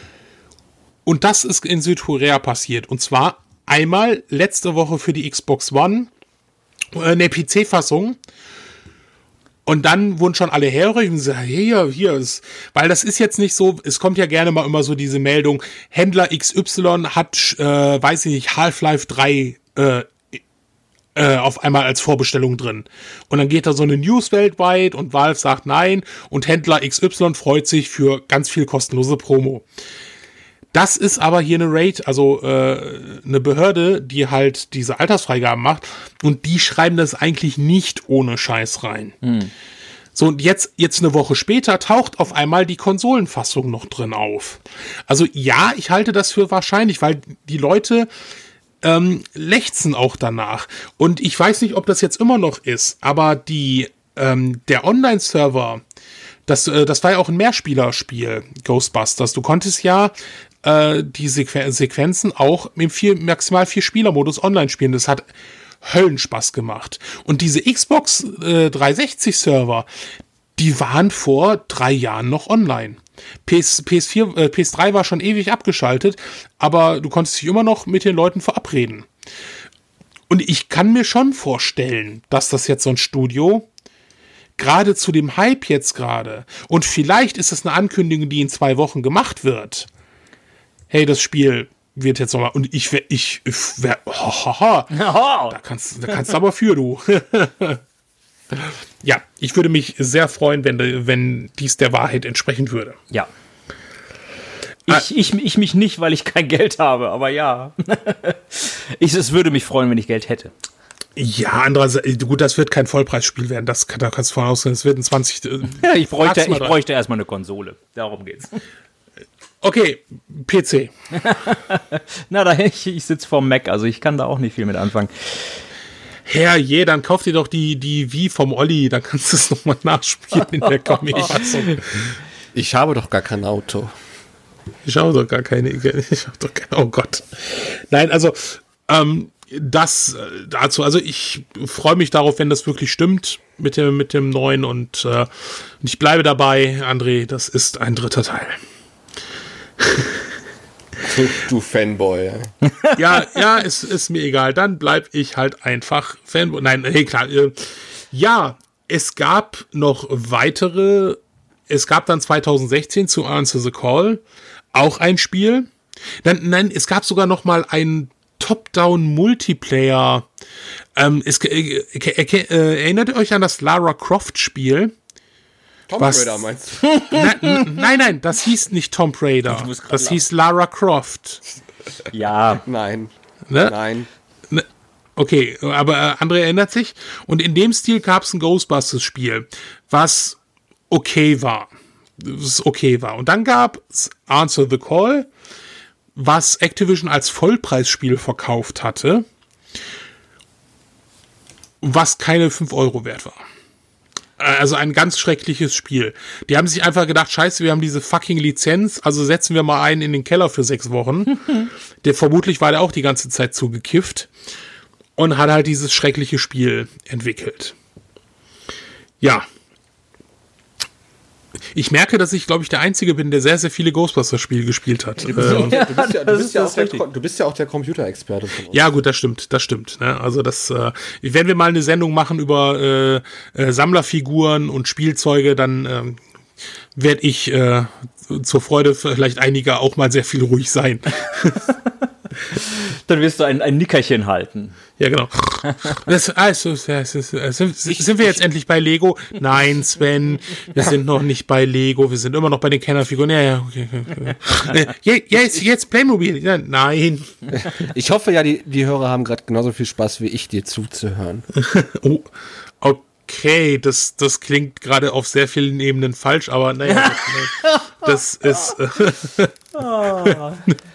Und das ist in Südkorea passiert. Und zwar einmal letzte Woche für die Xbox One, äh, eine P C-Fassung. Und dann wurden schon alle herrühren und sagen, hier, hier ist, weil das ist jetzt nicht so, es kommt ja gerne mal immer so diese Meldung, Händler X Y hat, äh, weiß ich nicht, Half-Life drei äh, äh, auf einmal als Vorbestellung drin. Und dann geht da so eine News weltweit und Valve sagt nein und Händler X Y freut sich für ganz viel kostenlose Promo. Das ist aber hier eine Rate, also äh, eine Behörde, die halt diese Altersfreigaben macht und die schreiben das eigentlich nicht ohne Scheiß rein. Hm. So, und jetzt, jetzt eine Woche später taucht auf einmal die Konsolenfassung noch drin auf. Also ja, ich halte das für wahrscheinlich, weil die Leute ähm, lechzen auch danach. Und ich weiß nicht, ob das jetzt immer noch ist, aber die ähm, der Online-Server, das, äh, das war ja auch ein Mehrspielerspiel, Ghostbusters. Du konntest ja äh, die Sequ- Sequenzen auch im vier, maximal vier Spieler-Modus online spielen. Das hat Höllenspaß gemacht. Und diese Xbox äh, dreihundertsechzig-Server, die waren vor drei Jahren noch online. P S, P S vier, äh, P S drei war schon ewig abgeschaltet, aber du konntest dich immer noch mit den Leuten verabreden. Und ich kann mir schon vorstellen, dass das jetzt so ein Studio gerade zu dem Hype jetzt gerade, und vielleicht ist es eine Ankündigung, die in zwei Wochen gemacht wird. Hey, das Spiel wird jetzt nochmal, und ich wär, ich, ich wär, oh, oh, oh, da kannst, da kannst du aber für, du. Ja, ich würde mich sehr freuen, wenn, wenn dies der Wahrheit entsprechen würde. Ja. Ich, ich, ich mich nicht, weil ich kein Geld habe, aber ja. ich, es würde mich freuen, wenn ich Geld hätte. Ja, andererseits, gut, das wird kein Vollpreisspiel werden, das kann, da kannst du von ausgehen, es wird ein zwanzig... Ja, ich bräuchte, Frag's mal ich dran. bräuchte erstmal eine Konsole. Darum geht's. Okay, P C. Na, da, ich, ich sitze vorm Mac, also ich kann da auch nicht viel mit anfangen. Herrje, dann kauf dir doch die, die Wii vom Olli, dann kannst du es nochmal nachspielen in der Comic-Fassung. Ich habe doch gar kein Auto. Ich habe doch gar keine, ich habe doch keine, oh Gott. Nein, also, ähm, das äh, dazu, also ich freue mich darauf, wenn das wirklich stimmt mit dem, mit dem neuen und äh, ich bleibe dabei, André, das ist ein dritter Teil. Du, du Fanboy. Ja, ja, ist, ist mir egal, dann bleib ich halt einfach Fanboy. Nein, hey, klar, äh, ja, es gab noch weitere, es gab dann zwanzig sechzehn zu Answer the Call auch ein Spiel. Dann, nein, es gab sogar noch mal ein Top-Down-Multiplayer. Ähm, es, äh, äh, äh, erinnert ihr euch an das Lara Croft-Spiel? Tomb Was? Raider meinst du? Nein, n- nein, nein, das hieß nicht Tomb Raider. Ich muss grad Das lachen. hieß Lara Croft. Ja, Nein. Ne? Nein. Ne, okay, aber äh, André erinnert sich. Und in dem Stil gab es ein Ghostbusters-Spiel, was okay war. es okay war. Und dann gab es Answer the Call, was Activision als Vollpreisspiel verkauft hatte, was keine fünf Euro wert war. Also ein ganz schreckliches Spiel. Die haben sich einfach gedacht, scheiße, wir haben diese fucking Lizenz, also setzen wir mal einen in den Keller für sechs Wochen. Der vermutlich war der auch die ganze Zeit zugekifft und hat halt dieses schreckliche Spiel entwickelt. Ja. Ich merke, dass ich, glaube ich, der Einzige bin, der sehr, sehr viele Ghostbusters-Spiele gespielt hat. Du bist ja, Äh, du bist ja, du bist ja, auch, der, du bist ja auch der Computerexperte von uns. Ja, gut, das stimmt, das stimmt. Ne? Also das, äh, wenn wir mal eine Sendung machen über äh, äh, Sammlerfiguren und Spielzeuge, dann ähm, werde ich äh, zur Freude vielleicht einiger auch mal sehr viel ruhig sein. Dann wirst du ein, ein Nickerchen halten. Ja, genau. Das, also, das ist, sind, sind wir jetzt endlich bei Lego? Nein, Sven, wir sind noch nicht bei Lego, wir sind immer noch bei den Kennerfiguren. Ja, ja, okay. okay. Jetzt, jetzt Playmobil. Ja, nein. Ich hoffe ja, die, die Hörer haben gerade genauso viel Spaß wie ich, dir zuzuhören. Oh, okay, das, das klingt gerade auf sehr vielen Ebenen falsch, aber naja, das, das ist... Äh, oh.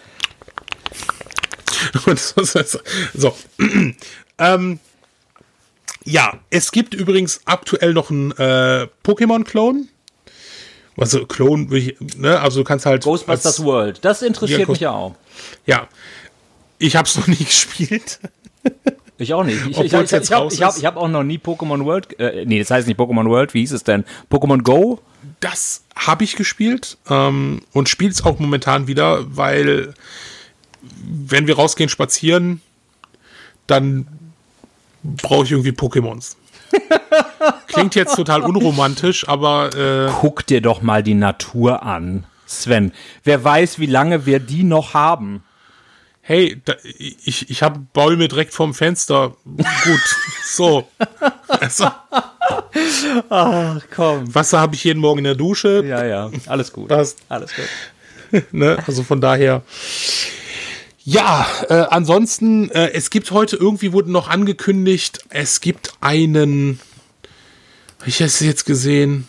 So. ähm, ja, es gibt übrigens aktuell noch einen äh, Pokémon-Klon. Also Klon, ne? Also du kannst halt... Ghostbusters als, World, das interessiert ja, mich ja auch. Ja, ich habe es noch nie gespielt. Ich auch nicht. Ich, ich, ich, ich, ich habe hab, hab auch noch nie Pokémon World... Äh, nee, das heißt nicht Pokémon World, wie hieß es denn? Pokémon Go? Das habe ich gespielt ähm, und spiele es auch momentan wieder, weil... wenn wir rausgehen spazieren, dann brauche ich irgendwie Pokémons. Klingt jetzt total unromantisch, aber... Äh Guck dir doch mal die Natur an, Sven. Wer weiß, wie lange wir die noch haben. Hey, da, ich, ich habe Bäume direkt vorm Fenster. Gut, so. Also, ach, komm. Wasser habe ich jeden Morgen in der Dusche. Ja, ja, alles gut. Das, alles gut. Ne? Also von daher... Ja, äh, ansonsten, äh, es gibt heute, irgendwie wurde noch angekündigt, es gibt einen, hab ich es jetzt gesehen,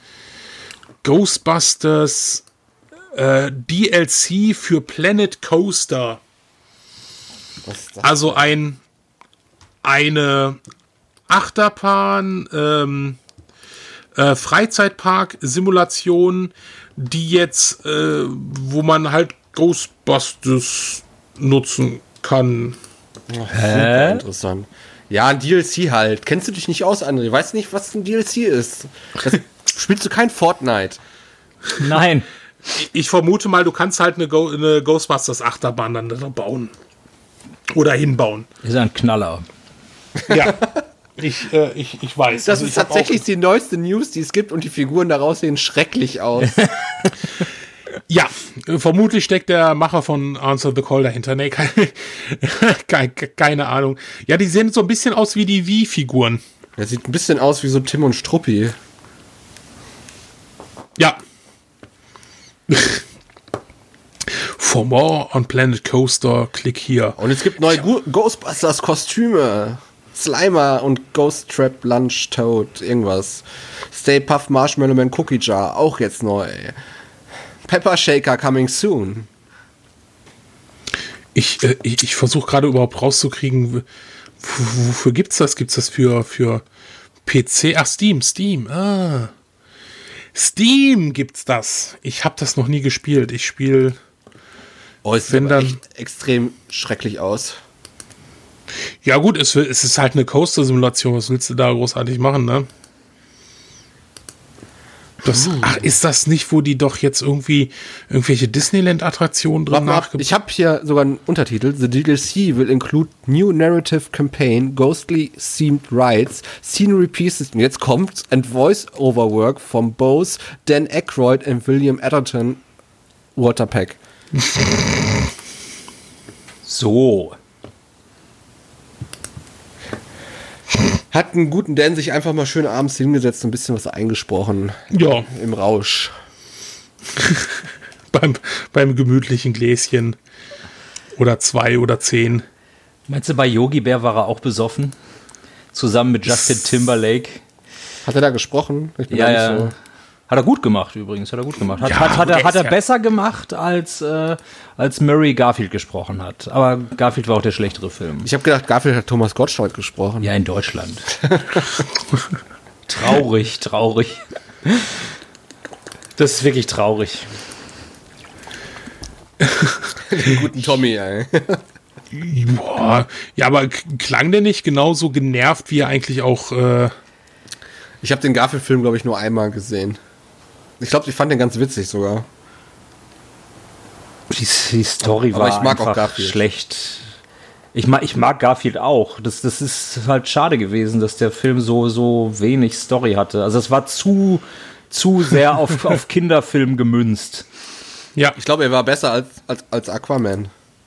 Ghostbusters äh, D L C für Planet Coaster. Was ist das? Also ein, eine Achterbahn, ähm, äh, Freizeitpark-Simulation, die jetzt, äh, wo man halt Ghostbusters nutzen kann. Oh, super interessant. Ja, ein D L C halt. Kennst du dich nicht aus, André? Weißt du nicht, was ein D L C ist? Das, spielst du kein Fortnite? Nein. Ich vermute mal, du kannst halt eine, Go- eine Ghostbusters Achterbahn dann da bauen. Oder hinbauen. Ist ein Knaller. Ja. Ich, äh, ich, ich weiß. Das also ist tatsächlich die neueste News, die es gibt und die Figuren daraus sehen schrecklich aus. Ja, vermutlich steckt der Macher von Answer the Call dahinter. Nee, keine, keine, keine Ahnung. Ja, die sehen so ein bisschen aus wie die Wii-Figuren. Der sieht ein bisschen aus wie so Tim und Struppi. Ja. For more on Planet Coaster, klick hier. Und es gibt neue Go- Ghostbusters-Kostüme. Slimer und Ghost Trap Lunch Toad, irgendwas. Stay Puft Marshmallow Man Cookie Jar, auch jetzt neu. Pepper Shaker coming soon. Ich, äh, ich, ich versuche gerade überhaupt rauszukriegen, w- wofür gibt's das? Gibt's das für, für P C? Ach, Steam, Steam. Ah. Steam gibt's das. Ich habe das noch nie gespielt. Ich spiele... Oh, es sieht aber echt extrem schrecklich aus. Ja gut, es, es ist halt eine Coaster-Simulation. Was willst du da großartig machen, ne? Das, uh. Ach, ist das nicht, wo die doch jetzt irgendwie irgendwelche Disneyland-Attraktionen drin nachgebaut? Ich habe hier sogar einen Untertitel. The D L C will include new narrative campaign, ghostly themed rides, scenery pieces, und jetzt kommt, and voice-over work from both Dan Aykroyd and William Atherton Waterpack. So. Hat einen guten Dan sich einfach mal schön abends hingesetzt und ein bisschen was eingesprochen. Ja. Im Rausch. beim, beim gemütlichen Gläschen. Oder zwei oder zehn. Meinst du, bei Yogi Bär war er auch besoffen? Zusammen mit Justin Timberlake. Hat er da gesprochen? Ich bin ja, da ja. nicht so. Hat er gut gemacht übrigens, hat er gut gemacht. Hat, Ja, hat, hat, der er, hat ist er ja- besser gemacht, als, äh, als Murray Garfield gesprochen hat. Aber Garfield war auch der schlechtere Film. Ich habe gedacht, Garfield hat Thomas Gottschalk gesprochen. Ja, in Deutschland. Traurig, traurig. Das ist wirklich traurig. Den guten Tommy, ey. Boah. Ja, aber k- klang der nicht genauso genervt, wie er eigentlich auch. Äh, Ich habe den Garfield-Film, glaube ich, nur einmal gesehen. Ich glaube, ich fand den ganz witzig sogar. Die, die Story Aber war ich mag auch einfach Garfield. schlecht. Ich mag, ich mag Garfield auch. Das, das ist halt schade gewesen, dass der Film so, so wenig Story hatte. Also es war zu, zu sehr auf, auf Kinderfilm gemünzt. ja, Ich glaube, er war besser als, als, als Aquaman.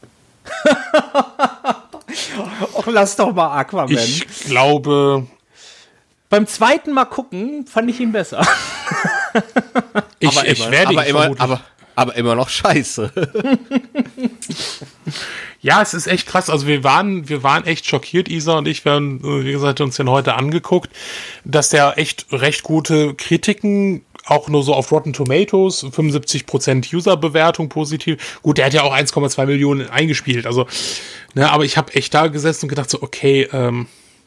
Och, lass doch mal Aquaman. ich glaube. Beim zweiten Mal gucken fand ich ihn besser. Ich, aber ich immer, werde aber, ihn immer, vermutlich- aber, aber immer noch scheiße. Ja, es ist echt krass. Also wir waren, wir waren echt schockiert, Isa und ich. Wir haben, äh, wie gesagt, uns den heute angeguckt, dass der echt recht gute Kritiken, auch nur so auf Rotten Tomatoes, fünfundsiebzig Prozent User-Bewertung positiv. Gut, der hat ja auch eins Komma zwei Millionen eingespielt. Also, ne, aber ich habe echt da gesessen und gedacht so, okay, ähm,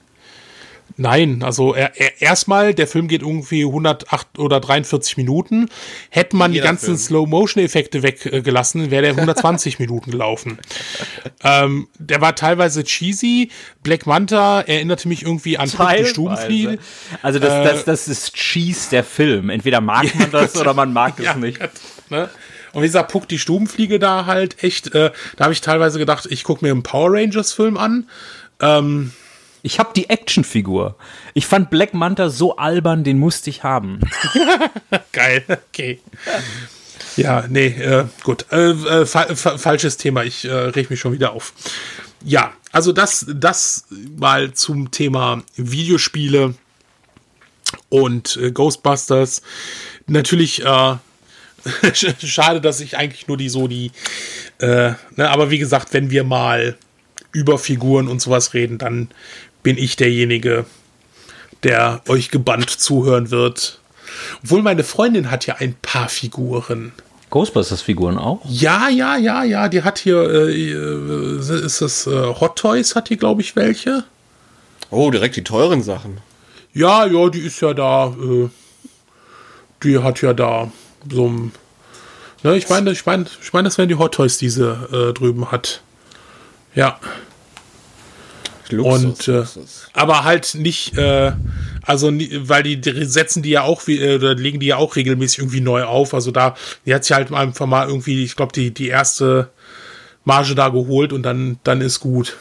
nein, also er, er, erstmal, der Film geht irgendwie hundertacht oder dreiundvierzig Minuten. Hätte man die Jeder ganzen Film. Slow-Motion-Effekte weggelassen, wäre der hundertzwanzig Minuten gelaufen. Ähm, der war teilweise cheesy. Black Manta erinnerte mich irgendwie an Puck die Stubenfliege. Also das, Äh, das, das ist Cheese der Film. Entweder mag man das oder man mag es Ja, nicht. ne? Und wie gesagt, Puck die Stubenfliege da halt echt, äh, da habe ich teilweise gedacht, ich gucke mir einen Power Rangers Film an. Ähm, Ich habe die Actionfigur. Ich fand Black Manta so albern, den musste ich haben. Geil, okay. Ja, nee, äh, gut. Äh, äh, fa fa falsches Thema, ich äh, reg mich schon wieder auf. Ja, also das, das mal zum Thema Videospiele und äh, Ghostbusters. Natürlich, äh, schade, dass ich eigentlich nur die so die, äh, ne, aber wie gesagt, wenn wir mal über Figuren und sowas reden, dann bin ich derjenige, der euch gebannt zuhören wird. Obwohl meine Freundin hat ja ein paar Figuren. Ghostbusters-Figuren auch? Ja, ja, ja, ja, die hat hier, äh, äh, ist das äh, Hot Toys, hat die, glaube ich, welche? Oh, direkt die teuren Sachen. Ja, ja, die ist ja da, äh, die hat ja da so ein, ne, ich meine, ich meine, ich meine, das wären die Hot Toys, die sie äh, drüben hat. Ja. Luxus, Und, äh, Luxus. aber halt nicht, äh, also, nie- weil die, die setzen die ja auch, wie, äh, oder legen die ja auch regelmäßig irgendwie neu auf. Also da, die hat sich halt einfach mal irgendwie, ich glaube, die, die erste Marge da geholt und dann, dann ist gut.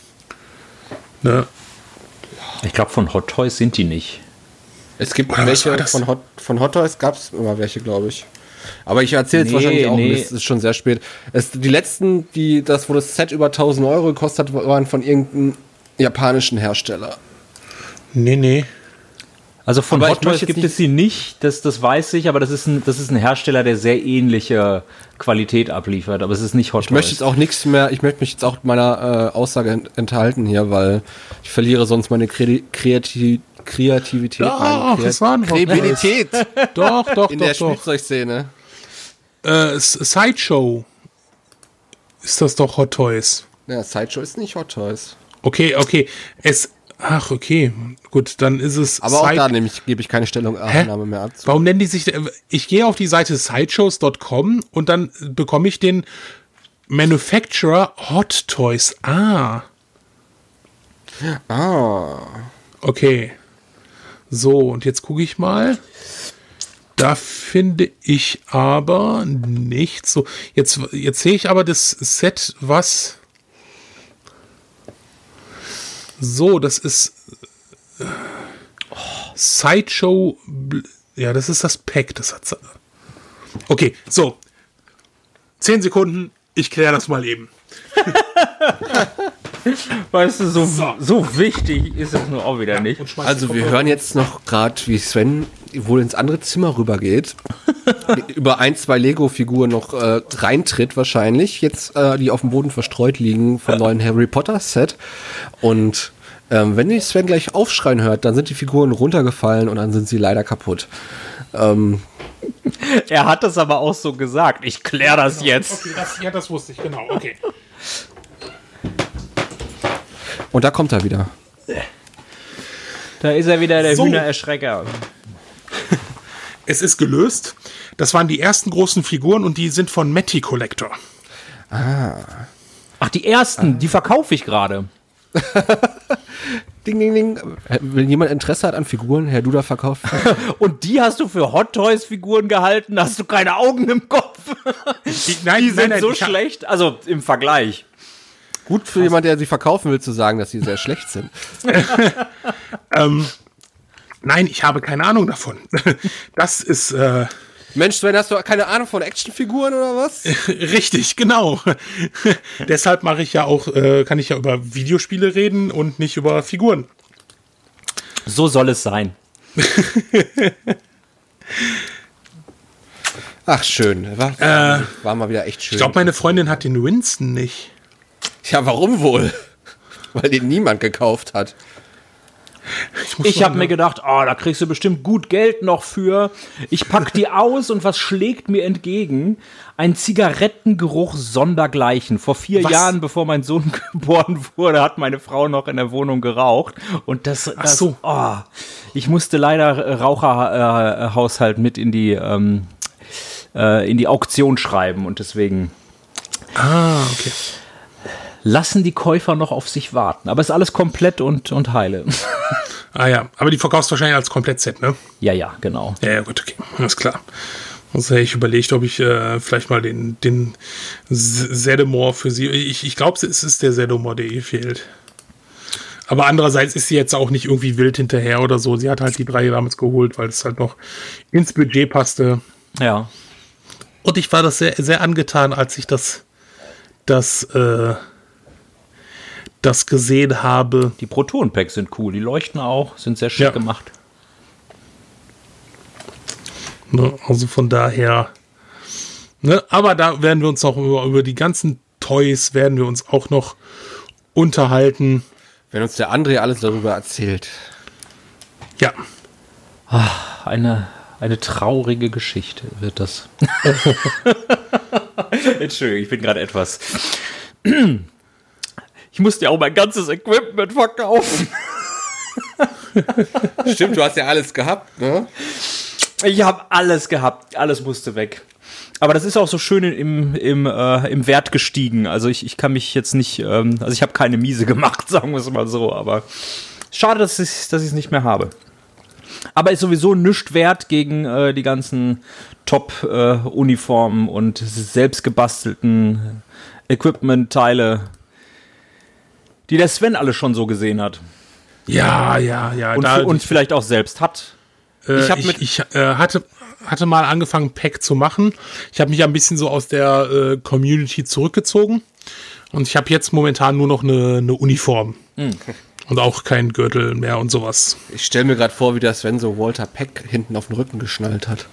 Ne? Ich glaube, von Hot Toys sind die nicht. Es gibt Oder was war welche, das? von Hot, von Hot Toys gab es immer welche, glaube ich. Aber ich erzähle jetzt Nee, wahrscheinlich auch, nee. es ist schon sehr spät. Es, die letzten, die das, wo das Set über tausend Euro gekostet hat, waren von irgendeinem japanischen Hersteller. Nee, nee. Also von Aber Hot ich möchte Toys jetzt gibt nicht- es sie nicht, das, das weiß ich, aber das ist, ein, das ist ein Hersteller, der sehr ähnliche Qualität abliefert, aber es ist nicht Hot Ich möchte jetzt auch nichts mehr, ich möchte mich jetzt auch meiner äh, Aussage ent enthalten hier, weil ich verliere sonst meine Kre Kreati Kreativität. Doch, meine es war ein Hot Toys. Kreativität Doch, doch, in doch, der doch. Spielzeugszene. Äh, S- Sideshow ist das doch Hot Toys. Ja, Sideshow ist nicht Hot Toys. Okay, okay. Es, ach, okay. Gut, dann ist es Aber auch Side- da nehme ich, gebe ich keine Stellungnahme mehr ab. Warum nennen die sich, ich gehe auf die Seite sideshows Punkt com und dann bekomme ich den Manufacturer Hot Toys. Ah, Ah. okay. So, und jetzt gucke ich mal. Da finde ich aber nichts. So, jetzt, jetzt sehe ich aber das Set, was. So, das ist äh, Sideshow. Bl- Ja, das ist das Pack. Das hat. Okay, so. Zehn Sekunden. Ich kläre das mal eben. Weißt du, so, so wichtig ist es nur auch wieder nicht. Und schmeiß Also den wir Kopfhörer. hören jetzt noch gerade, wie Sven wohl ins andere Zimmer rübergeht, über ein, zwei Lego-Figuren noch äh, reintritt wahrscheinlich, jetzt äh, die auf dem Boden verstreut liegen vom neuen Harry Potter Set. Und ähm, wenn ihr Sven gleich aufschreien hört, dann sind die Figuren runtergefallen und dann sind sie leider kaputt. Ähm, Er hat das aber auch so gesagt. Ich kläre das Genau. jetzt. Okay, das, ja, das wusste ich, genau. Okay. und da kommt er wieder. Da ist er wieder, der So. Hühnererschrecker. Es ist gelöst. Das waren die ersten großen Figuren und die sind von Matty Collector. Ach, die ersten, die verkaufe ich gerade. Ding, ding, ding. Wenn jemand Interesse hat an Figuren, Herr Duda verkauft. Und die hast du für Hot Toys Figuren gehalten? Hast du keine Augen im Kopf? Die, nein, Die sind nein, nein, so ich hab- schlecht. Also im Vergleich. Gut für jemand, der sie verkaufen will, zu sagen, dass sie sehr schlecht sind. Nein, ich habe keine Ahnung davon. Das ist äh, Mensch, Sven, hast du keine Ahnung von Actionfiguren oder was? richtig, genau. Deshalb mache ich ja auch, äh, kann ich ja über Videospiele reden und nicht über Figuren. So soll es sein. Ach, schön. War, Äh, war mal wieder echt schön. Ich glaube, meine Freundin hat den Winston nicht. ja, warum wohl? Weil den niemand gekauft hat. muss Ich mal- habe mir gedacht, oh, da kriegst du bestimmt gut Geld noch für. Ich pack die aus und was schlägt mir entgegen? Ein Zigarettengeruch sondergleichen. Vor vier Was? Jahren, bevor mein Sohn geboren wurde, hat meine Frau noch in der Wohnung geraucht. Und das, das so. oh, ich musste leider Raucherhaushalt mit in die, ähm, äh, in die Auktion schreiben. Und deswegen Ah, okay. lassen die Käufer noch auf sich warten. Aber ist alles komplett und, und heile. Ah ja, aber die verkaufst du wahrscheinlich als Komplettset, ne? Ja, ja, genau. Ja, ja, gut, okay, alles klar. Also hätte ich überlegt, ob ich äh, vielleicht mal den, den Zeddemore für sie. Ich, ich glaube, es ist der Zeddemore, der ihr fehlt. Aber andererseits ist sie jetzt auch nicht irgendwie wild hinterher oder so. Sie hat halt die drei damals geholt, weil es halt noch ins Budget passte. Ja. Und ich war das sehr, sehr angetan, als ich das, das, äh, das gesehen habe. Die Proton-Packs sind cool. Die leuchten auch, sind sehr schick Ja. gemacht. Ne, also von daher. Ne, aber da werden wir uns auch über, über die ganzen Toys werden wir uns auch noch unterhalten. Wenn uns der André alles darüber erzählt. Ja. Eine, eine traurige Geschichte wird das. Entschuldigung, ich bin gerade etwas. Ich musste ja auch mein ganzes Equipment verkaufen. Stimmt, du hast ja alles gehabt, ne? Ich habe alles gehabt, alles musste weg. Aber das ist auch so schön im, im, äh, im Wert gestiegen. Also ich, ich kann mich jetzt nicht, ähm, also ich habe keine Miese gemacht, sagen wir es mal so. Aber schade, dass ich dass ich es nicht mehr habe. Aber ist sowieso nichts wert gegen äh, die ganzen Top-Uniformen äh, und selbst gebastelten Equipment-Teile, die der Sven alle schon so gesehen hat. Ja, ja, ja. Und, da, und vielleicht auch selbst hat. äh, ich hab ich, mit- ich äh, hatte, hatte mal angefangen, Pack zu machen. Ich habe mich ein bisschen so aus der äh, Community zurückgezogen. Und ich habe jetzt momentan nur noch eine, eine Uniform. Und auch keinen Gürtel mehr und sowas. Ich stelle mir gerade vor, wie der Sven so Walter Peck hinten auf den Rücken geschnallt hat.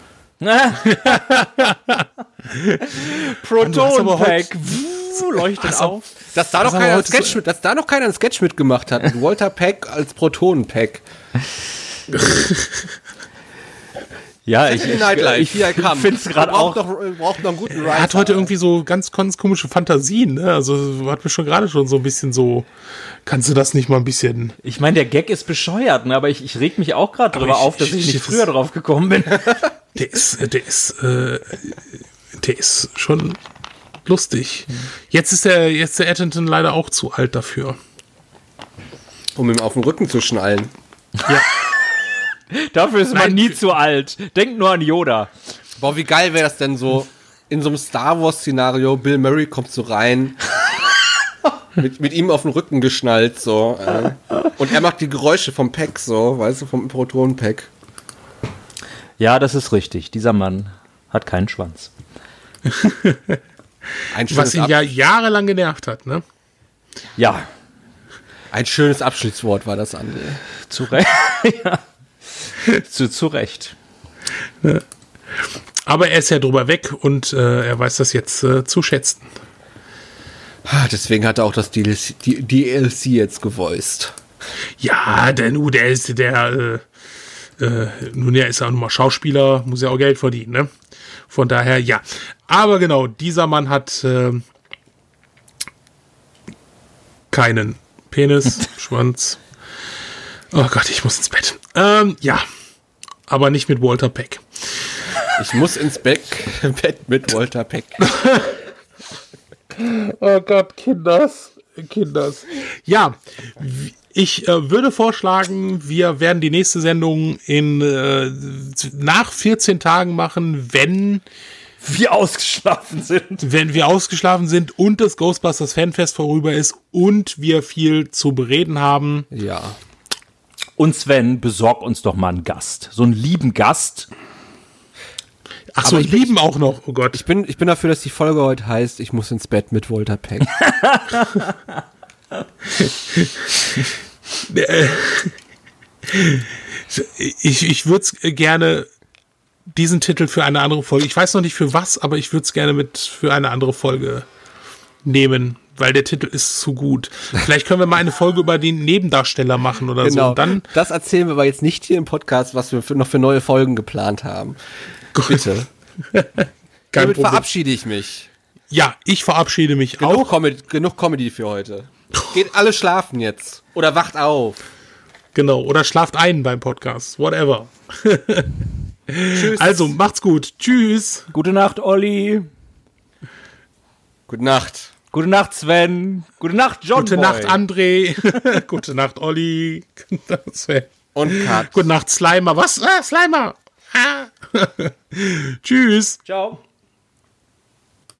Proton-Pack leuchtet Hast du- auf. Dass da, noch aber keiner einen heute Sketch so- mit, dass da noch keiner einen Sketch mitgemacht hat. Mit Walter Peck als Protonen-Pack. Ja, ich, ich, Nightlife, ich, hier ich kam. finde es gerade auch. Braucht noch, braucht noch einen guten Er hat heute irgendwie so ganz, ganz komische Fantasien. Ne? Also hat mir schon gerade schon so ein bisschen so, kannst du das nicht mal ein bisschen... Ich meine, der Gag ist bescheuert, ne? Aber ich, ich reg mich auch gerade drüber ich- auf, dass ich ich- nicht das- früher drauf gekommen bin. Der ist, der ist, äh, der ist schon lustig. Jetzt ist der, jetzt der Attenton leider auch zu alt dafür. Um ihm auf den Rücken zu schnallen. Ja. Dafür ist man Nein. nie zu alt. Denk nur an Yoda. Boah, wie geil wäre das denn so in so einem Star Wars-Szenario? Bill Murray kommt so rein, mit, mit ihm auf den Rücken geschnallt, so. Äh. Und er macht die Geräusche vom Pack, so, weißt du, vom Proton-Pack. Ja, das ist richtig. Dieser Mann hat keinen Schwanz. Ein Was schönes, ihn Ab ja jahrelang genervt hat, ne? Ja, ein schönes Abschiedswort war das, André. zu Recht. ja. zu, zu Recht. Aber er ist ja drüber weg und äh, er weiß das jetzt äh, zu schätzen. Ah, deswegen hat er auch das D L C, die D L C jetzt gevoiced. Ja, der, nu, der ist der, äh, Äh, nun ja, ist er auch nochmal Schauspieler, muss ja auch Geld verdienen, ne? Von daher, ja. Aber genau, dieser Mann hat äh, keinen Penis, Schwanz. Oh Gott, ich muss ins Bett. Ähm, ja, aber nicht mit Walter Peck. Ich muss ins Bett, Bett mit Walter Peck. Oh Gott, Kinders, Kinders. Ja, ich äh, würde vorschlagen, wir werden die nächste Sendung in äh, nach vierzehn Tagen machen, wenn wir ausgeschlafen sind. Wenn wir ausgeschlafen sind und das Ghostbusters Fanfest vorüber ist und wir viel zu bereden haben. Ja. Und Sven, besorg uns doch mal einen Gast. So einen lieben Gast. Ach so, lieben auch noch. Oh Gott. Ich bin, ich bin dafür, dass die Folge heute heißt, ich muss ins Bett mit Walter Peck. ich ich würde es gerne diesen Titel für eine andere Folge, ich weiß noch nicht für was, aber ich würde es gerne mit für eine andere Folge nehmen, weil der Titel ist zu gut. Vielleicht können wir mal eine Folge über den Nebendarsteller machen oder genau. so. Und dann das erzählen wir aber jetzt nicht hier im Podcast, was wir für, noch für neue Folgen geplant haben. Gut. Bitte. Damit verabschiede ich mich. Ja, ich verabschiede mich genug auch. Com- genug Comedy für heute. Geht alle schlafen jetzt. Oder wacht auf. Genau, oder schlaft ein beim Podcast. Whatever. Tschüss. Also, macht's gut. Tschüss. Gute Nacht, Olli. Gute Nacht. Gute Nacht, Sven. Gute Nacht, John Gute Boy. Nacht, André. Gute Nacht, Olli. Gute Nacht, Sven. Und Kat. Gute Nacht, Slimer. Was? Ah, Slimer. Ah. Tschüss. Ciao.